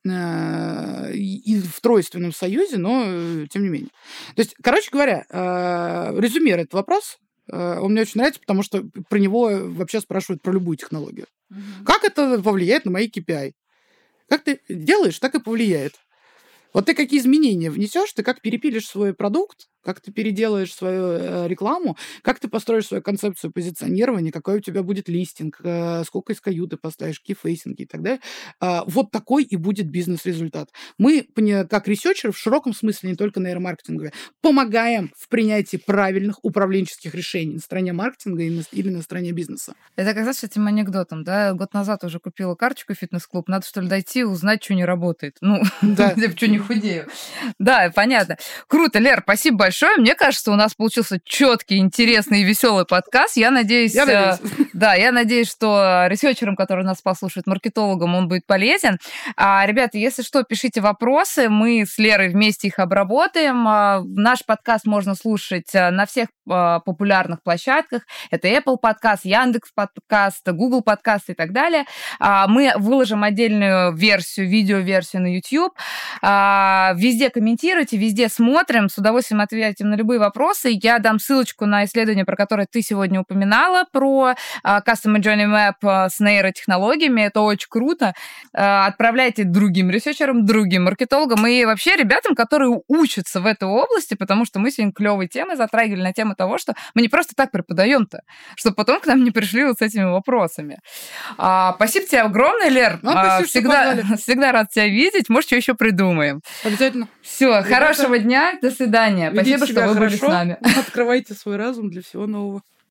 э, и, и в тройственном союзе, но э, тем не менее. То есть, короче говоря, э, резюмируя этот вопрос, э, он мне очень нравится, потому что про него вообще спрашивают про любую технологию. Угу. Как это повлияет на мои кей пи ай? Как ты делаешь, так и повлияет. Вот ты какие изменения внесешь, ты как перепилишь свой продукт, как ты переделаешь свою э, рекламу, как ты построишь свою концепцию позиционирования, какой у тебя будет листинг, э, сколько эс кей ю ты поставишь, кейфейсинги и так далее. Э, вот такой и будет бизнес-результат. Мы, как ресерчеры, в широком смысле, не только нейромаркетинговые, помогаем в принятии правильных управленческих решений на стороне маркетинга или на стороне бизнеса. Это как с этим анекдотом, да? Год назад уже купила карточку в фитнес-клуб, надо, что ли, дойти и узнать, что не работает. Ну, да. Что не худею. Да, понятно. Круто, Лер, спасибо большое. Большое. Мне кажется, у нас получился четкий, интересный и веселый подкаст. Я надеюсь, я надеюсь. Э, да, я надеюсь, что ресерчерам, которые нас послушают, маркетологам, он будет полезен. А, ребята, если что, пишите вопросы, мы с Лерой вместе их обработаем. А, наш подкаст можно слушать на всех а, популярных площадках. Это Apple подкаст, Яндекс подкаст, Google подкаст и так далее. А, мы выложим отдельную версию, видеоверсию на YouTube. А, везде комментируйте, везде смотрим, с удовольствием отвечаем на любые вопросы. Я дам ссылочку на исследование, про которое ты сегодня упоминала, про uh, Customer Journey Map uh, с нейротехнологиями. Это очень круто. Uh, отправляйте другим ресерчерам, другим маркетологам и вообще ребятам, которые учатся в этой области, потому что мы сегодня клевые темы затрагивали на тему того, что мы не просто так преподаем-то, чтобы потом к нам не пришли вот с этими вопросами. Uh, спасибо тебе огромное, Лер. Ну, спасибо, uh, всегда, всегда рад тебя видеть. Может, что еще придумаем. Обязательно. Все, хорошего дня, до свидания. Ведите Спасибо, что вы себя были хорошо, с нами. Открывайте свой разум для всего нового.